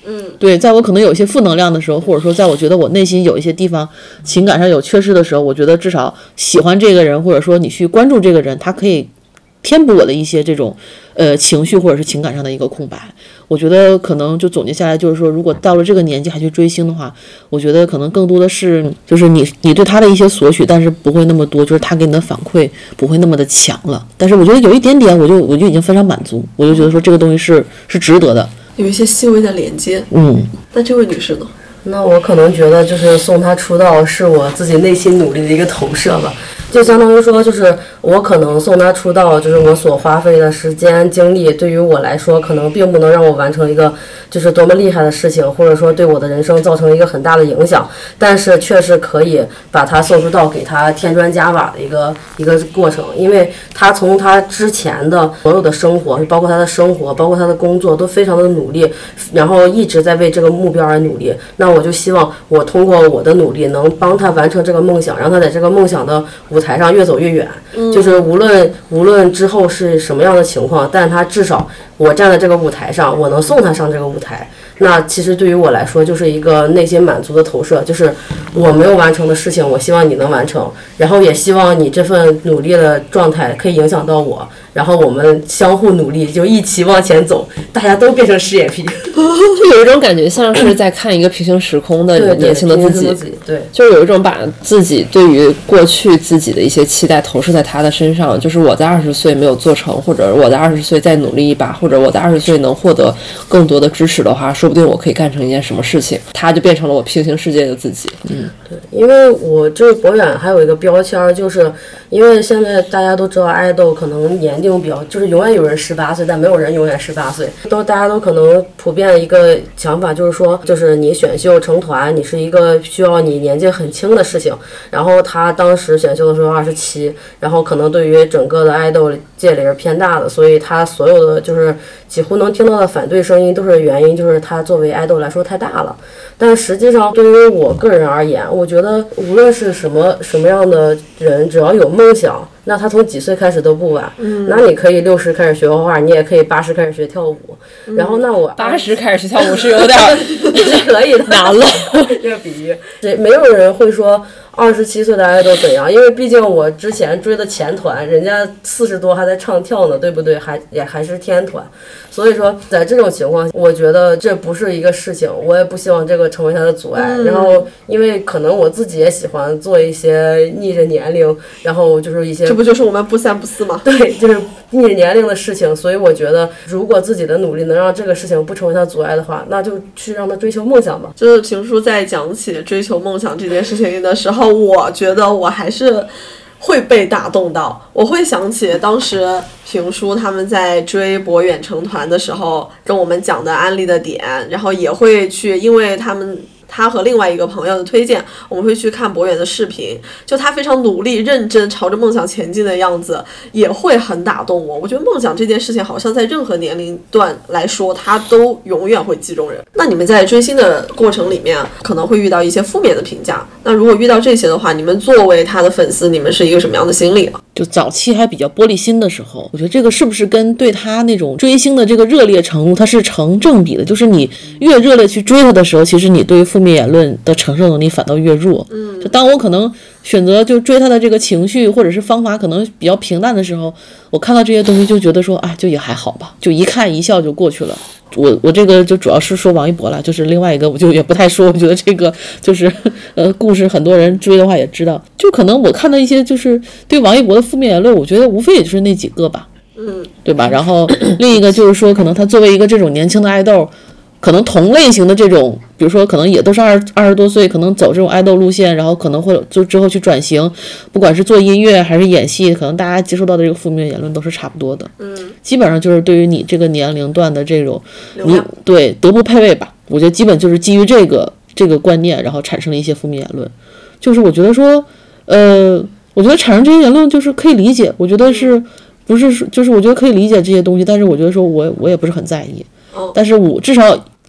对，在我可能有一些负能量的时候，或者说在我觉得我内心有一些地方情感上有缺失的时候，我觉得至少喜欢这个人，或者说你去关注这个人，他可以填补我的一些这种情绪或者是情感上的一个空白。我觉得可能就总结下来就是说，如果到了这个年纪还去追星的话，我觉得可能更多的是就是你对他的一些索取，但是不会那么多，就是他给你的反馈不会那么的强了。但是我觉得有一点点，我就已经非常满足，我就觉得说这个东西是值得的， 有一些细微的连接。那这位女士呢？ 那我可能觉得就是送他出道是我自己内心努力的一个投射吧，就相当于说就是我可能送他出道，就是我所花费的时间精力，对于我来说可能并不能让我完成一个就是多么厉害的事情，或者说对我的人生造成一个很大的影响，但是确实可以把他送出道，给他添砖加瓦的一个过程。因为他从他之前的所有的生活，包括他的生活，包括他的工作都非常的努力，然后一直在为这个目标而努力。那我就希望我通过我的努力能帮他完成这个梦想，让他在这个梦想的舞台上越走越远。就是无论之后是什么样的情况，但他至少我站在这个舞台上，我能送他上这个舞台。那其实对于我来说就是一个内心满足的投射，就是我没有完成的事情，我希望你能完成，然后也希望你这份努力的状态可以影响到我，然后我们相互努力，就一起往前走，大家都变成事业批。 就有一种感觉像是在看一个平行时空的年轻的自己， 对， 就是有一种把自己对于过去自己的一些期待投射在他的身上，就是我在20岁没有做成，或者我在20岁再努力一把，或者我在20岁能获得更多的支持的话，说不定我可以干成一件什么事情，他就变成了我平行世界的自己。 对，因为我就是博远还有一个标签，就是因为现在大家都知道爱豆可能年龄比较，就是永远有人18岁，但没有人永远18岁，大家都可能普遍一个想法就是说，就是你选秀成团，你是一个需要你年纪很轻的事情。然后他当时选秀的时候27，然后可能对于整个的爱豆界里是偏大的，所以他所有的就是几乎能听到的反对声音都是原因，就是他作为爱豆来说太大了。但实际上对于我个人而言，我觉得无论是什么样的人，只要有梦想，那他从几岁开始都不晚。那你可以60开始学画画，你也可以80开始学跳舞。然后那我 80开始学跳舞是有点是可以的， 难了。 这个比喻，没有人会说27岁的爱豆怎样，因为毕竟我之前追的前团，人家40多还在唱跳呢，对不对？还是天团。所以说在这种情况，我觉得这不是一个事情，我也不希望这个成为他的阻碍。然后因为可能我自己也喜欢做一些逆着年龄，然后就是一些， 这不就是我们不三不四吗？ 对，就是逆着年龄的事情。所以我觉得如果自己的努力能让这个事情不成为他阻碍的话，那就去让他追求梦想吧。 就是评书在讲起追求梦想这件事情的时候，我觉得我还是会被打动到。我会想起当时评书他们在追博远成团的时候跟我们讲的安利的点，然后也会去，因为他和另外一个朋友的推荐，我们会去看博远的视频，就他非常努力认真朝着梦想前进的样子也会很打动我。我觉得梦想这件事情好像在任何年龄段来说他都永远会击中人。那你们在追星的过程里面可能会遇到一些负面的评价，那如果遇到这些的话，你们作为他的粉丝，你们是一个什么样的心理啊？ 就早期还比较玻璃心的时候，我觉得这个是不是跟对他那种追星的这个热烈程度它是成正比的，就是你越热烈去追他的时候，其实你对于负面言论的承受能力反倒越弱。就当我可能选择就追他的这个情绪或者是方法可能比较平淡的时候，我看到这些东西就觉得说就也还好吧，就一看一笑就过去了。我这个就主要是说王一博了，就是另外一个我就也不太说。我觉得这个就是故事很多人追的话也知道，就可能我看到一些就是对王一博的负面言论，我觉得无非也就是那几个吧，对吧？然后另一个就是说，可能他作为一个这种年轻的爱豆，可能同类型的这种，比如说可能也都是二十多岁，可能走这种爱豆路线，然后可能会就之后去转型，不管是做音乐还是演戏，可能大家接受到的这个负面言论都是差不多的。基本上就是对于你这个年龄段的这种，你对德不配位吧，我觉得基本就是基于这个观念，然后产生了一些负面言论。就是我觉得说，我觉得产生这些言论就是可以理解，我觉得是不是就是我觉得可以理解这些东西，但是我觉得说我也不是很在意。但是我至少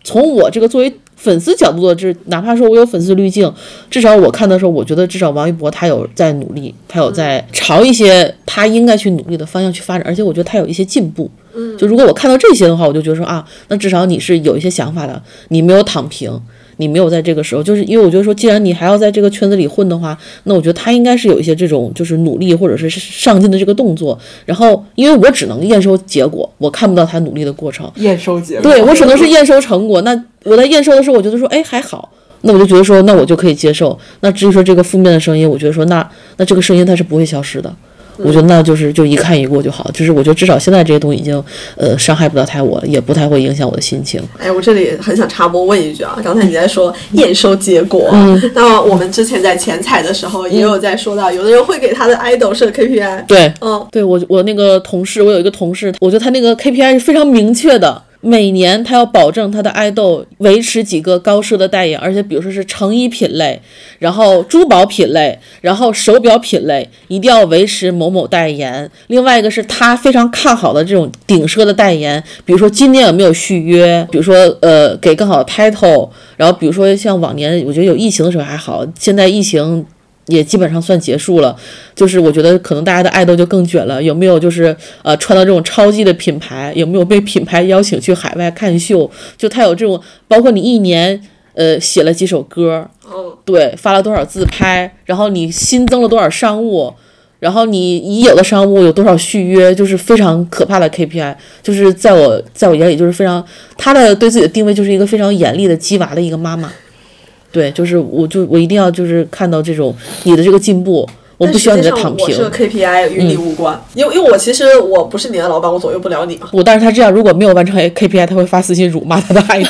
从我这个作为粉丝角度的，哪怕说我有粉丝滤镜，至少我看的时候，我觉得至少王一博他有在努力，他有在朝一些他应该去努力的方向去发展，而且我觉得他有一些进步。就如果我看到这些的话，我就觉得说啊，那至少你是有一些想法的，你没有躺平，你没有在这个时候，就是因为我觉得说，既然你还要在这个圈子里混的话，那我觉得他应该是有一些这种就是努力或者是上进的这个动作。然后，因为我只能验收结果，我看不到他努力的过程。 验收结果， 对我只能是验收成果。那我在验收的时候，我觉得说，哎，还好。那我就觉得说，那我就可以接受。那至于说这个负面的声音，我觉得说，那这个声音它是不会消失的。我觉得那就一看一过就好，就是我觉得至少现在这些东西已经伤害不到我了，也不太会影响我的心情。 哎，我这里很想插播问一句啊，刚才你在说验收结果，那我们之前在前采的时候也有在说到，有的人会给他的 idol 设 KPI。 对，对我那个同事，我有一个同事，我觉得他那个 KPI 是非常明确的。每年他要保证他的爱豆维持几个高奢的代言，而且比如说是成衣品类，然后珠宝品类，然后手表品类，一定要维持某某代言。另外一个是他非常看好的这种顶奢的代言，比如说今年有没有续约，比如说给更好的 title， 然后比如说像往年我觉得有疫情的时候还好，现在疫情也基本上算结束了，就是我觉得可能大家的爱豆就更卷了，有没有就是穿到这种超级的品牌，有没有被品牌邀请去海外看秀，就他有这种，包括你一年写了几首歌，对，发了多少自拍，然后你新增了多少商务，然后你已有的商务有多少续约，就是非常可怕的 KPI， 就是在我眼里就是非常，他的对自己的定位就是一个非常严厉的鸡娃的一个妈妈。对，就是我一定要就是看到这种你的这个进步，我不需要你在躺平。 我是 KPI 与你无关，因为我其实我不是你的老板，我左右不了你嘛。 但是他这样如果没有完成 KPI， 他会发私信辱骂他的爱豆，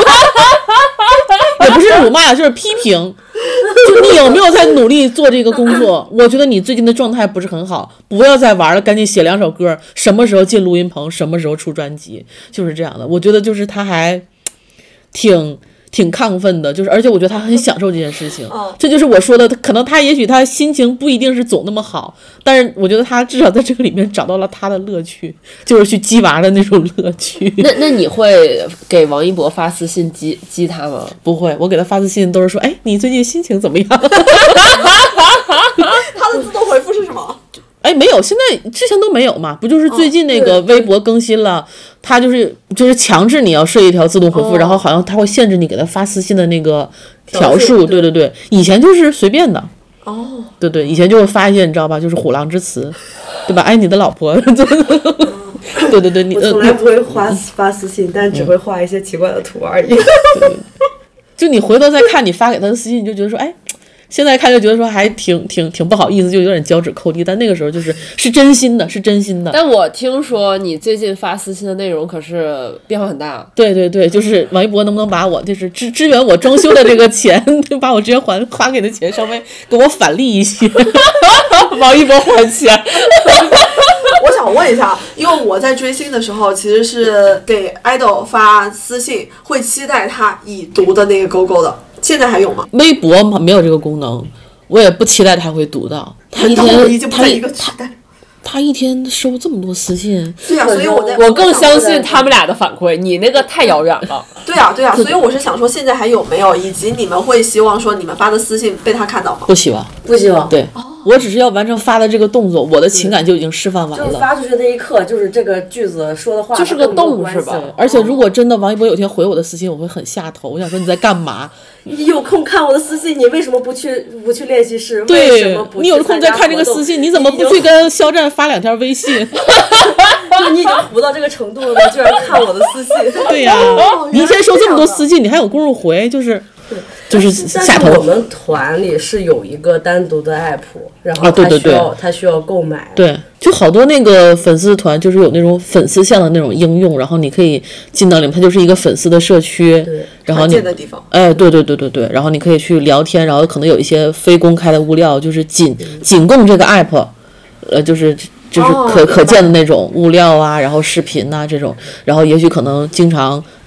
也不是辱骂，就是批评。就你有没有在努力做这个工作？我觉得你最近的状态不是很好，不要再玩了，赶紧写2首歌，什么时候进录音棚，什么时候出专辑，就是这样的。我觉得就是他还挺亢奋的，就是而且我觉得他很享受这件事情，这就是我说的，可能他也许他心情不一定是总那么好，但是我觉得他至少在这个里面找到了他的乐趣，就是去激娃的那种乐趣。 那你会给王一博发私信激他吗？ 不会，我给他发私信都是说，哎，你最近心情怎么样？他的自动回复是什么？ 哎，没有，现在之前都没有嘛，不就是最近那个微博更新了，他就是强制你要设一条自动回复，然后好像他会限制你给他发私信的那个条数，对，以前就是随便的，对，以前就会发一些你知道吧，就是虎狼之词，对吧？爱你的老婆，对，你我从来不会发私信，但只会画一些奇怪的图而已。 就你回头再看你发给他的私信，你就觉得说，哎。现在看就觉得说还挺不好意思，就有点脚趾抠地，但那个时候是真心的，是真心的。 但我听说你最近发私信的内容可是变化很大。 对，就是王一博能不能把我就是支援我装修的这个钱，把我之前花给的钱稍微给我返利一些，王一博还钱。 我想问一下，因为我在追星的时候，其实是给 idol 发私信，会期待他已读的那个勾勾的。现在还有吗？ 微博没有这个功能，我也不期待他会读到。他一天已经不在一个时代。 他一天收这么多私信， 对啊，所以我更相信他们俩的反馈，你那个太遥远了。 对啊，所以我是想说，现在还有没有，以及你们会希望说你们发的私信被他看到吗？ 不希望。对。我只是要完成发的这个动作，我的情感就已经释放完了。 就是发出去那一刻，就是这个句子说的话就是个动是吧？ 而且如果真的王一博有天回我的私信，我会很下头。我想说你在干嘛？ 你有空看我的私信，你为什么不去练习室？ 对， 为什么不你有空再看这个私信，你怎么不去跟肖战发2条微信？ 你已经糊到这个程度了，居然看我的私信？ 对呀，你一天收这么多私信，你还有功夫回，就是下头。 但是我们团里是有一个单独的 app， 然后他需要购买。 对，就好多那个粉丝团，就是有那种粉丝向的那种应用，然后你可以进到里面，它就是一个粉丝的社区，然后你的地方。 哎，对，然后你可以去聊天，然后可能有一些非公开的物料，就是仅供这个 app，就是可见的那种物料啊，然后视频啊这种，然后也许可能经常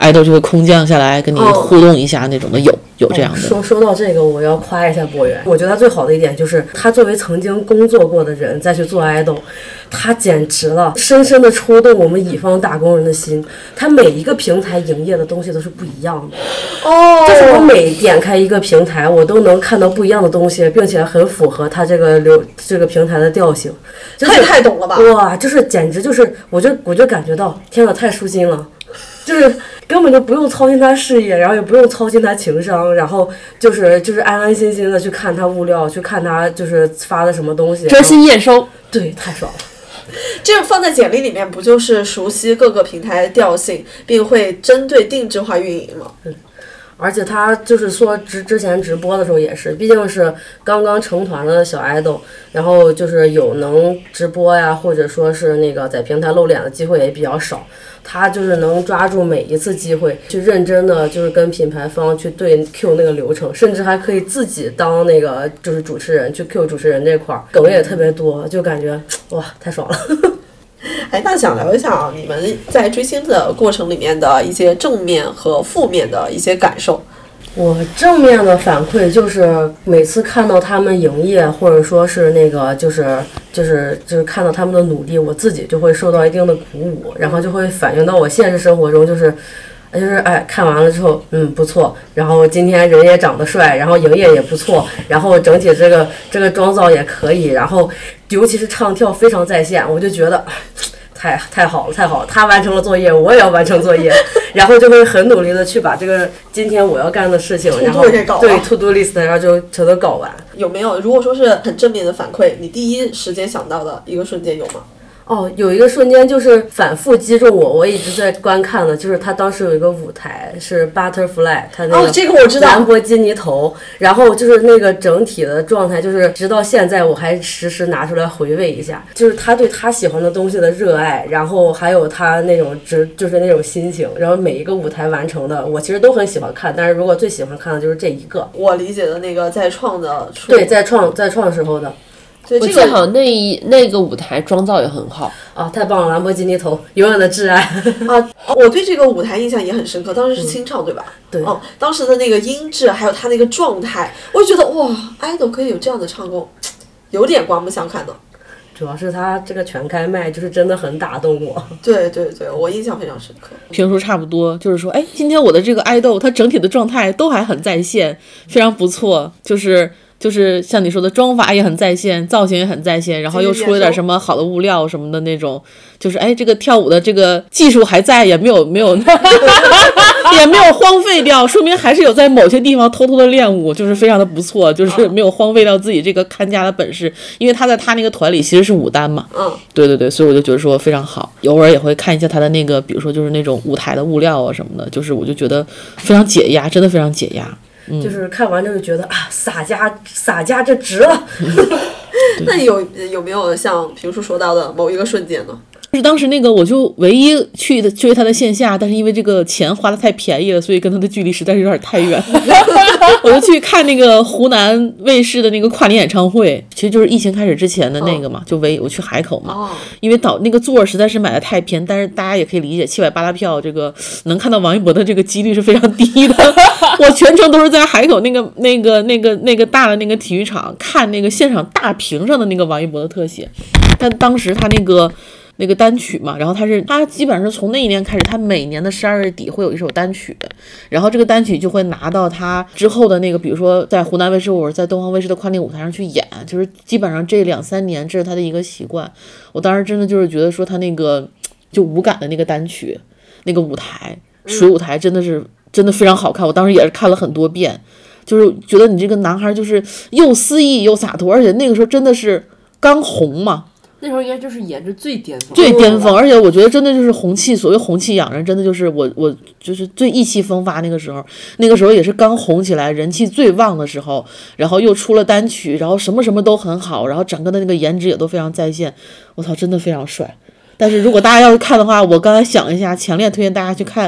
爱豆就会空降下来跟你互动一下那种的，有这样的。 说到这个，我要夸一下博源。我觉得他最好的一点就是他作为曾经工作过的人再去做爱豆，他简直了，深深的戳动我们乙方打工人的心。他每一个平台营业的东西都是不一样的。就是我每点开一个平台，我都能看到不一样的东西，并且很符合他这个平台的调性。 他也太懂了吧！ 哇，就是简直就是，我就感觉到，天哪，太舒心了。就是根本就不用操心他事业，然后也不用操心他情商，然后就是安安心心的去看他物料，去看他就是发的什么东西， 专心验收， 对，太爽了。 这样放在简历里面，不就是熟悉各个平台的调性，并会针对定制化运营吗？ 而且他就是说之前直播的时候也是，毕竟是刚刚成团的小爱豆，然后就是有能直播呀，或者说是那个在平台露脸的机会也比较少。他就是能抓住每一次机会，去认真的就是跟品牌方去对 Q 那个流程，甚至还可以自己当那个就是主持人去 Q 主持人这块儿，梗也特别多，就感觉哇太爽了。 哎，那想聊一下啊，你们在追星的过程里面的一些正面和负面的一些感受。 我正面的反馈就是每次看到他们营业，或者说是那个就是看到他们的努力，我自己就会受到一定的鼓舞，然后就会反映到我现实生活中，就是看完了之后，不错，然后今天人也长得帅，然后营业也不错，然后整体这个妆造也可以，然后尤其是唱跳非常在线，我就觉得太好了，他完成了作业，我也要完成作业，然后就会很努力的去把这个今天我要干的事情，然后对 to do list， 然后就全都搞完。 有没有如果说是很正面的反馈，你第一时间想到的一个瞬间有吗？ 有一个瞬间就是反复击中我一直在观看的，就是他当时有一个舞台是 Butterfly， 他那个这个我知道， 兰博基尼头，然后就是那个整体的状态，就是直到现在我还时拿出来回味一下，就是他对他喜欢的东西的热爱，然后还有他那种就是那种心情，然后每一个舞台完成的，我其实都很喜欢看，但是如果最喜欢看的就是这一个。 我理解的那个在创的， 对，在创时候的。 我记得好像那个舞台妆造也很好太棒了！兰博基尼头，永远的挚爱我对这个舞台印象也很深刻，当时是清唱对吧？ 对， 当时的那个音质还有他那个状态，我就觉得哇，idol可以有这样的唱功，有点刮目相看的。 主要是他这个全开麦，就是真的很打动我。 对，我印象非常深刻。 评述差不多，就是说，今天我的这个爱豆，他整体的状态都还很在线，非常不错，就是像你说的，妆法也很在线，造型也很在线，然后又出了点什么好的物料什么的那种，就是这个跳舞的这个技术还在，也没有也没有荒废掉，说明还是有在某些地方偷偷的练舞，就是非常的不错，就是没有荒废掉自己这个看家的本事，因为他在他那个团里其实是舞担嘛，对，所以我就觉得说非常好，偶尔也会看一下他的那个，比如说就是那种舞台的物料啊什么的，就是我就觉得非常解压，真的非常解压。 就是看完之后觉得洒家这值了。 那你有没有像评述说到的某一个瞬间呢？ 就是当时那个我就唯一去追他的线下，但是因为这个钱花的太便宜了，所以跟他的距离实在是有点太远。我就去看那个湖南卫视的那个跨年演唱会，其实就是疫情开始之前的那个嘛，就我去海口嘛，因为那个座实在是买的太偏，但是大家也可以理解780拉票，这个能看到王一博的这个几率是非常低的。我全程都是在海口那个大的那个体育场看那个现场大屏上的那个王一博的特写，但当时他那个单曲嘛，然后他基本上是从那一年开始，他每年的12月底会有一首单曲，然后这个单曲就会拿到他之后的那个，比如说在湖南卫视或者在东方卫视的跨年舞台上去演，就是基本上这2-3年这是他的一个习惯。我当时真的就是觉得说他那个就无感的那个单曲，那个舞台水舞台真的非常好看，我当时也是看了很多遍，就是觉得你这个男孩就是又肆意又洒脱，而且那个时候真的是刚红嘛。 那时候应该就是颜值最巅峰，而且我觉得真的就是红气，所谓红气养人，真的就是我就是最意气风发那个时候也是刚红起来，人气最旺的时候，然后又出了单曲，然后什么都很好，然后整个的那个颜值也都非常在线，我操，真的非常帅。但是如果大家要是看的话，我刚才想一下，强烈推荐大家去看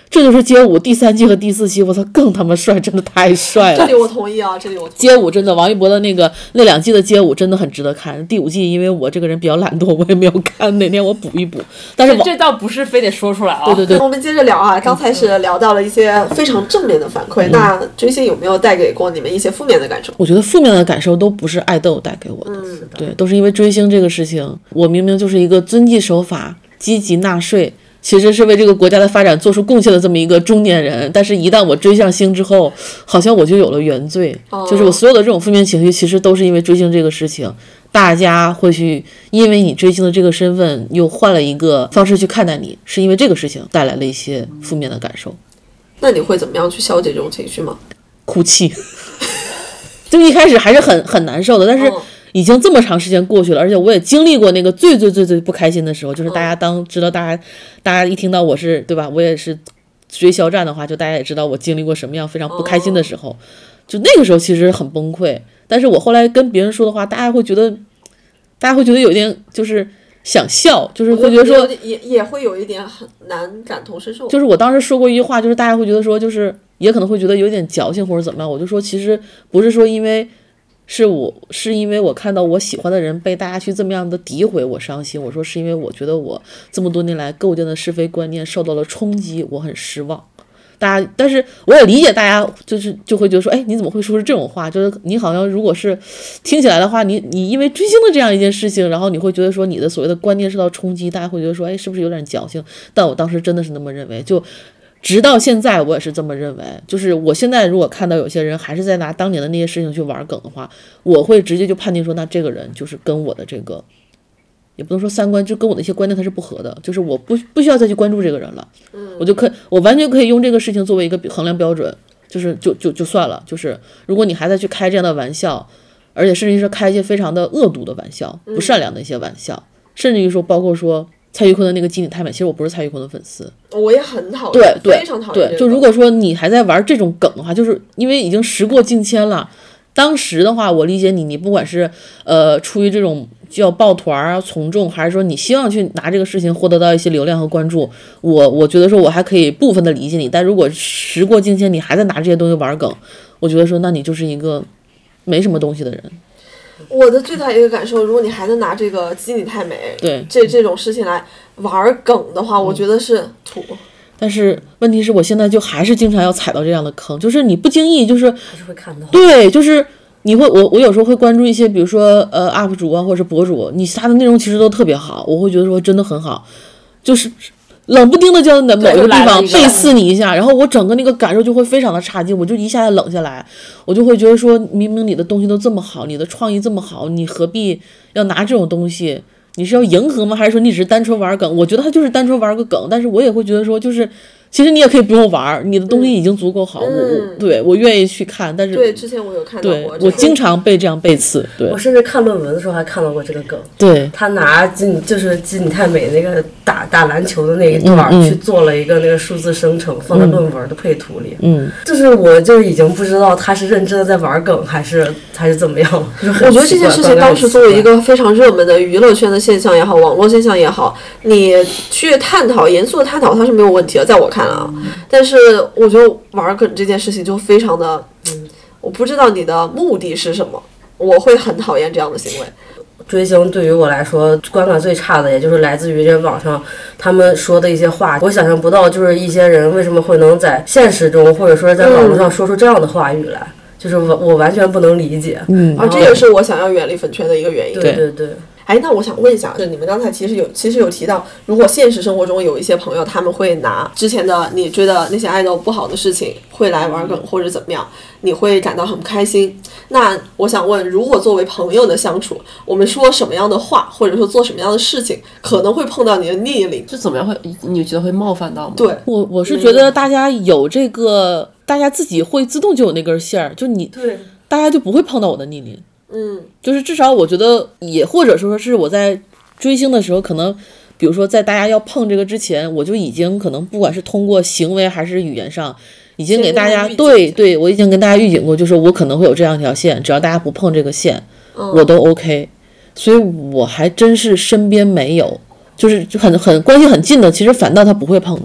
这就是街舞第3季和第4期，我操，更他妈帅，真的太帅了。 这里我同意啊，这里我同意。 街舞真的，王一博的那2季的街舞真的很值得看。第5季因为我这个人比较懒惰，我也没有看，哪天我补一补。但是这倒不是非得说出来啊。 对对对， 我们接着聊啊，刚才是聊到了一些非常正面的反馈，那追星有没有带给过你们一些负面的感受？ 我觉得负面的感受都不是爱豆带给我的，对，都是因为追星这个事情。我明明就是一个遵纪守法、积极纳税，其实是为这个国家的发展做出贡献的这么一个中年人，但是一旦我追上星之后，好像我就有了原罪，就是我所有的这种负面情绪，其实都是因为追星这个事情。大家会去因为你追星的这个身份，又换了一个方式去看待你，是因为这个事情带来了一些负面的感受。 那你会怎么样去消解这种情绪吗？ 哭泣。就一开始还是很难受的，但是已经这么长时间过去了，而且我也经历过那个最不开心的时候，就是大家知道大家一听到我是对吧，我也是追肖战的话，就大家也知道我经历过什么样非常不开心的时候，就那个时候其实很崩溃。但是我后来跟别人说的话，大家会觉得有一点就是想笑，就是会觉得说也会有一点很难感同身受。 就是我当时说过一句话，就是大家会觉得说，就是也可能会觉得有点矫情或者怎么样，我就说其实不是说因为是因为我看到我喜欢的人被大家去这么样的诋毁我伤心，我说是因为我觉得我这么多年来构建的是非观念受到了冲击，我很失望。但是我也理解大家就会觉得说，哎，你怎么会说出这种话？就是你好像如果是听起来的话，你因为追星的这样一件事情，然后你会觉得说你的所谓的观念受到冲击，大家会觉得说，哎，是不是有点矫情？但我当时真的是那么认为，就直到现在我也是这么认为。就是我现在如果看到有些人还是在拿当年的那些事情去玩梗的话，我会直接就判定说，那这个人就是跟我的这个。也不能说三观，就跟我的一些观念它是不合的，就是我不需要再去关注这个人了，我完全可以用这个事情作为一个衡量标准，就是就算了，就是如果你还在去开这样的玩笑，而且甚至于是开一些非常的恶毒的玩笑，不善良的一些玩笑，甚至于说包括说蔡徐坤的那个基你太美，其实我不是蔡徐坤的粉丝， 我也很讨厌，非常讨厌。 对，就如果说你还在玩这种梗的话，就是因为已经时过境迁了。当时的话，我理解你不管是出于这种叫抱团啊、从众，还是说你希望去拿这个事情获得到一些流量和关注，我觉得说我还可以部分的理解你。但如果时过境迁，你还在拿这些东西玩梗，我觉得说那你就是一个没什么东西的人。 我的最大一个感受，如果你还能拿这个基你太美对这种事情来玩梗的话，我觉得是土。 但是问题是我现在就还是经常要踩到这样的坑，就是你不经意就是还是会看到。 对，就是你会我有时候会关注一些比如说UP 主啊或者是博主，他的内容其实都特别好，我会觉得说真的很好，就是冷不丁的就在某一个地方背刺你一下，然后我整个那个感受就会非常的差劲，我就一下子冷下来，我就会觉得说明明你的东西都这么好，你的创意这么好，你何必要拿这种东西？你是要迎合吗？还是说你只是单纯玩梗？我觉得他就是单纯玩个梗，但是我也会觉得说，就是其实你也可以不用玩，你的东西已经足够好。我愿意去看，但是对之前我有看到过， 我经常被这样背刺。对， 我甚至看论文的时候还看到过这个梗。 对， 他拿就是基你太美那个打篮球的那一段去做了一个那个数字生成，放在论文的配图里。就是我就已经不知道他是认真的在玩梗还是怎么样。 我觉得这件事情当时作为一个非常热门的娱乐圈的现象也好，网络现象也好，你去严肃的探讨它是没有问题的，在我看来啊。但是我觉得玩梗这件事情就非常的，我不知道你的目的是什么，我会很讨厌这样的行为。 追星对于我来说，观感最差的也就是来自于这网上他们说的一些话，我想象不到，就是一些人为什么会能在现实中或者说在网络上说出这样的话语来。就是我完全不能理解， 这也是我想要远离粉圈的一个原因。 对。 哎，那我想问一下，你们刚才其实有提到，如果现实生活中有一些朋友，他们会拿之前的你追的那些爱豆不好的事情，会来玩梗或者怎么样，你会感到很不开心。那我想问，如果作为朋友的相处，我们说什么样的话，或者说做什么样的事情，可能会碰到你的逆鳞？ 就怎么样会？你觉得会冒犯到吗？ 对， 我是觉得大家有这个，大家自己会自动就有那根线儿，就对， 大家就不会碰到我的逆鳞。就是至少我觉得也或者说是我在追星的时候，可能比如说在大家要碰这个之前，我就已经可能不管是通过行为还是语言上，已经给大家对我已经跟大家预警过，就是我可能会有这样一条线，只要大家不碰这个线，我都 OK。所以我还真是身边没有，就是很关系很近的，其实反倒他不会碰到。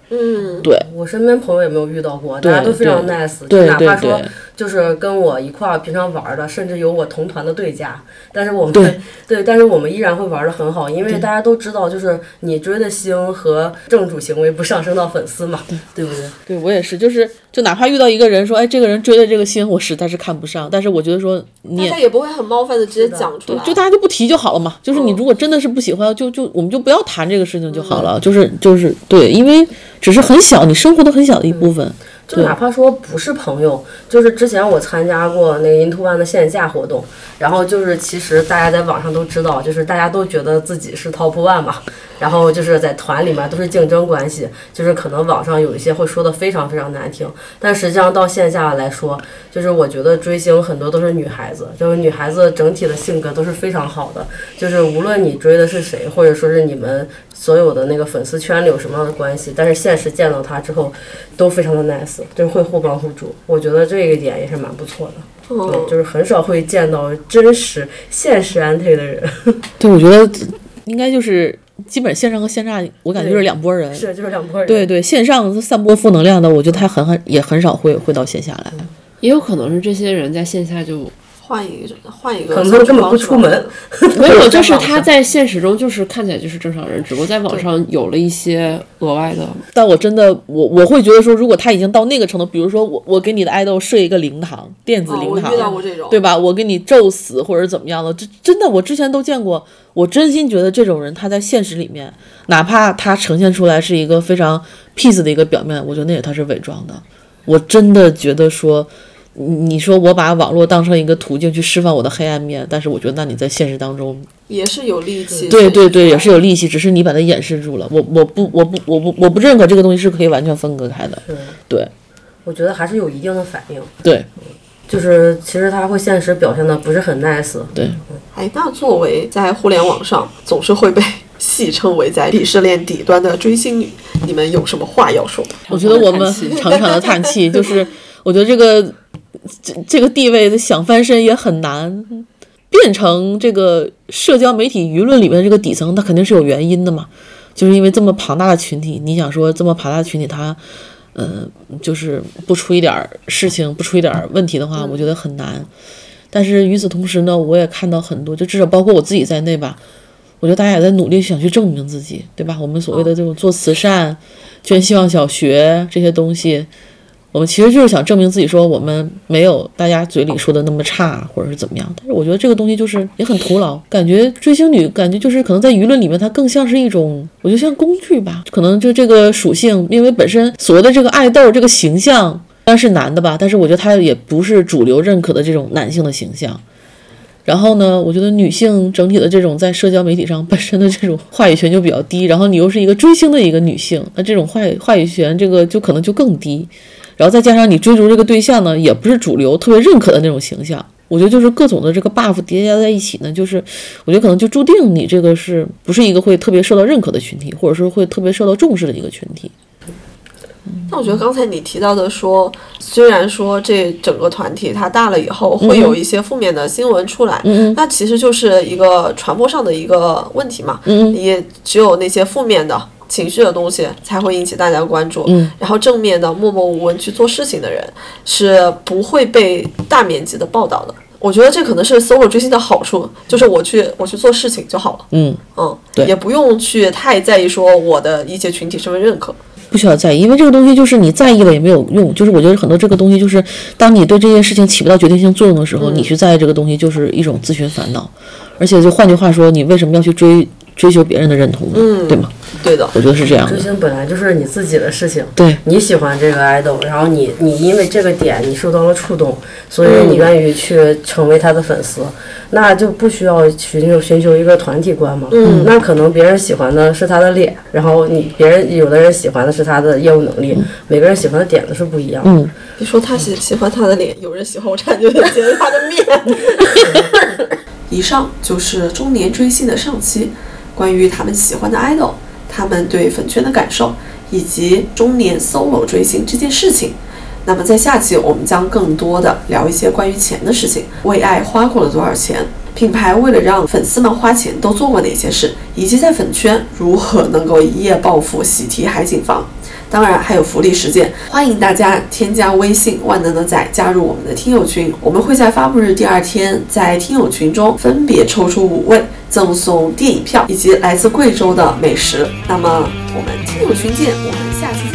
对， 我身边朋友也没有遇到过， 对大家都非常 nice， 对就哪怕说对就是跟我一块儿平常玩的，甚至有我同团的对家，但是我们对但是我们依然会玩的很好，因为大家都知道，就是你追的星和正主行为不上升到粉丝嘛，对不对？ 对我也是，就哪怕遇到一个人说，哎，这个人追的这个星我实在是看不上，但是我觉得说你大家也不会很冒犯的直接讲出来， 就大家就不提就好了嘛。就是你如果真的是不喜欢，就我们就不要谈这个事情就好了。就是对，因为只是很小，你生活的很小的一部分。 就哪怕说不是朋友，就是之前我参加过那个 Into One 的线下活动，然后就是其实大家在网上都知道，就是大家都觉得自己是 Top One 嘛，然后就是在团里面都是竞争关系，就是可能网上有一些会说的非常非常难听，但实际上到线下来说，就是我觉得追星很多都是女孩子，就是女孩子整体的性格都是非常好的，就是无论你追的是谁，或者说是你们所有的那个粉丝圈里有什么样的关系，但是现实见到他之后都非常的 nice， 就是会互帮互助，我觉得这一点也是蛮不错的。就是很少会见到真实现实安退的人。 对，我觉得应该就是基本线上和线下，我感觉就是两拨人。 是，就是两拨人。 对对，线上散播负能量的，我觉得他也很少会到线下来。 也有可能是这些人在线下就换一个， 可能根本不出门。 没有，就是他在现实中就是看起来就是正常人，只不过在网上有了一些额外的。 但我真的我会觉得说，如果他已经到那个程度，比如说我给你的爱豆设一个灵堂，电子灵堂， 我遇到过这种， 对吧？我给你咒死或者怎么样的，这真的我之前都见过。我真心觉得这种人他在现实里面，哪怕他呈现出来是一个非常 peace 的一个表面，我觉得那也他是伪装的。我真的觉得说。你说我把网络当成一个途径去释放我的黑暗面，但是我觉得那你在现实当中也是有戾气。 对对对，也是有戾气，只是你把它掩饰住了。我不认可这个东西是可以完全分割开的。对， 我觉得还是有一定的反应。 对， 就是其实他会现实表现的不是很 nice。 对， 那作为在互联网上总是会被戏称为在鄙视链底端的追星女，你们有什么话要说？ 我觉得我们长长的叹气，就是我觉得这个地位想翻身也很难，变成这个社交媒体舆论里面的这个底层，它肯定是有原因的嘛。就是因为这么庞大的群体，你想说这么庞大的群体，它就是不出一点事情，不出一点问题的话，我觉得很难。但是与此同时呢，我也看到很多，就至少包括我自己在内吧，我觉得大家也在努力想去证明自己，对吧？我们所谓的这种做慈善、捐希望小学这些东西。我们其实就是想证明自己，说我们没有大家嘴里说的那么差，或者是怎么样。但是我觉得这个东西就是也很徒劳，感觉追星女感觉就是可能在舆论里面，它更像是一种，我觉得像工具吧。可能就这个属性，因为本身所谓的这个爱豆这个形象虽然是男的吧，但是我觉得他也不是主流认可的这种男性的形象。然后呢，我觉得女性整体的这种在社交媒体上本身的这种话语权就比较低，然后你又是一个追星的一个女性，那这种话语权这个就可能就更低。然后再加上你追逐这个对象呢，也不是主流特别认可的那种形象，我觉得就是各种的这个 buff 叠加在一起呢，就是我觉得可能就注定你这个是不是一个会特别受到认可的群体，或者是会特别受到重视的一个群体。 那我觉得刚才你提到的说，虽然说这整个团体它大了以后会有一些负面的新闻出来，那其实就是一个传播上的一个问题嘛，也只有那些负面的情绪的东西才会引起大家关注，然后正面的默默无闻去做事情的人是不会被大面积的报道的。我觉得这可能是 solo 追星的好处，就是我去做事情就好了， 对， 也不用去太在意说我的一些群体身份认可。 不需要在意，因为这个东西就是你在意了也没有用。就是我觉得很多这个东西，就是当你对这件事情起不到决定性作用的时候，你去在意这个东西就是一种自寻烦恼。而且就换句话说，你为什么要去追求别人的认同呢？对吗？ 对的， 我觉得是这样的。 追星本来就是你自己的事情， 对， 你喜欢这个 idol， 然后你因为这个点你受到了触动，所以你愿意去成为他的粉丝，那就不需要寻求一个团体观嘛。那可能别人喜欢的是他的脸，然后有的人喜欢的是他的业务能力，每个人喜欢的点都是不一样的。 你说他喜欢他的脸，有人喜欢我差点就得揭他的面。以上就是中年追星的上期，关于他们喜欢的 idol， 他们对粉圈的感受，以及中年 solo 追星这件事情。 那么在下期我们将更多的聊一些关于钱的事情，为爱花过了多少钱，品牌为了让粉丝们花钱都做过哪些事，以及在粉圈如何能够一夜暴富喜提海景房。当然还有福利事件，欢迎大家添加微信万能的仔加入我们的听友群，我们会在发布日第2天在听友群中分别抽出5位赠送电影票以及来自贵州的美食。那么我们听友群见，我们下期见。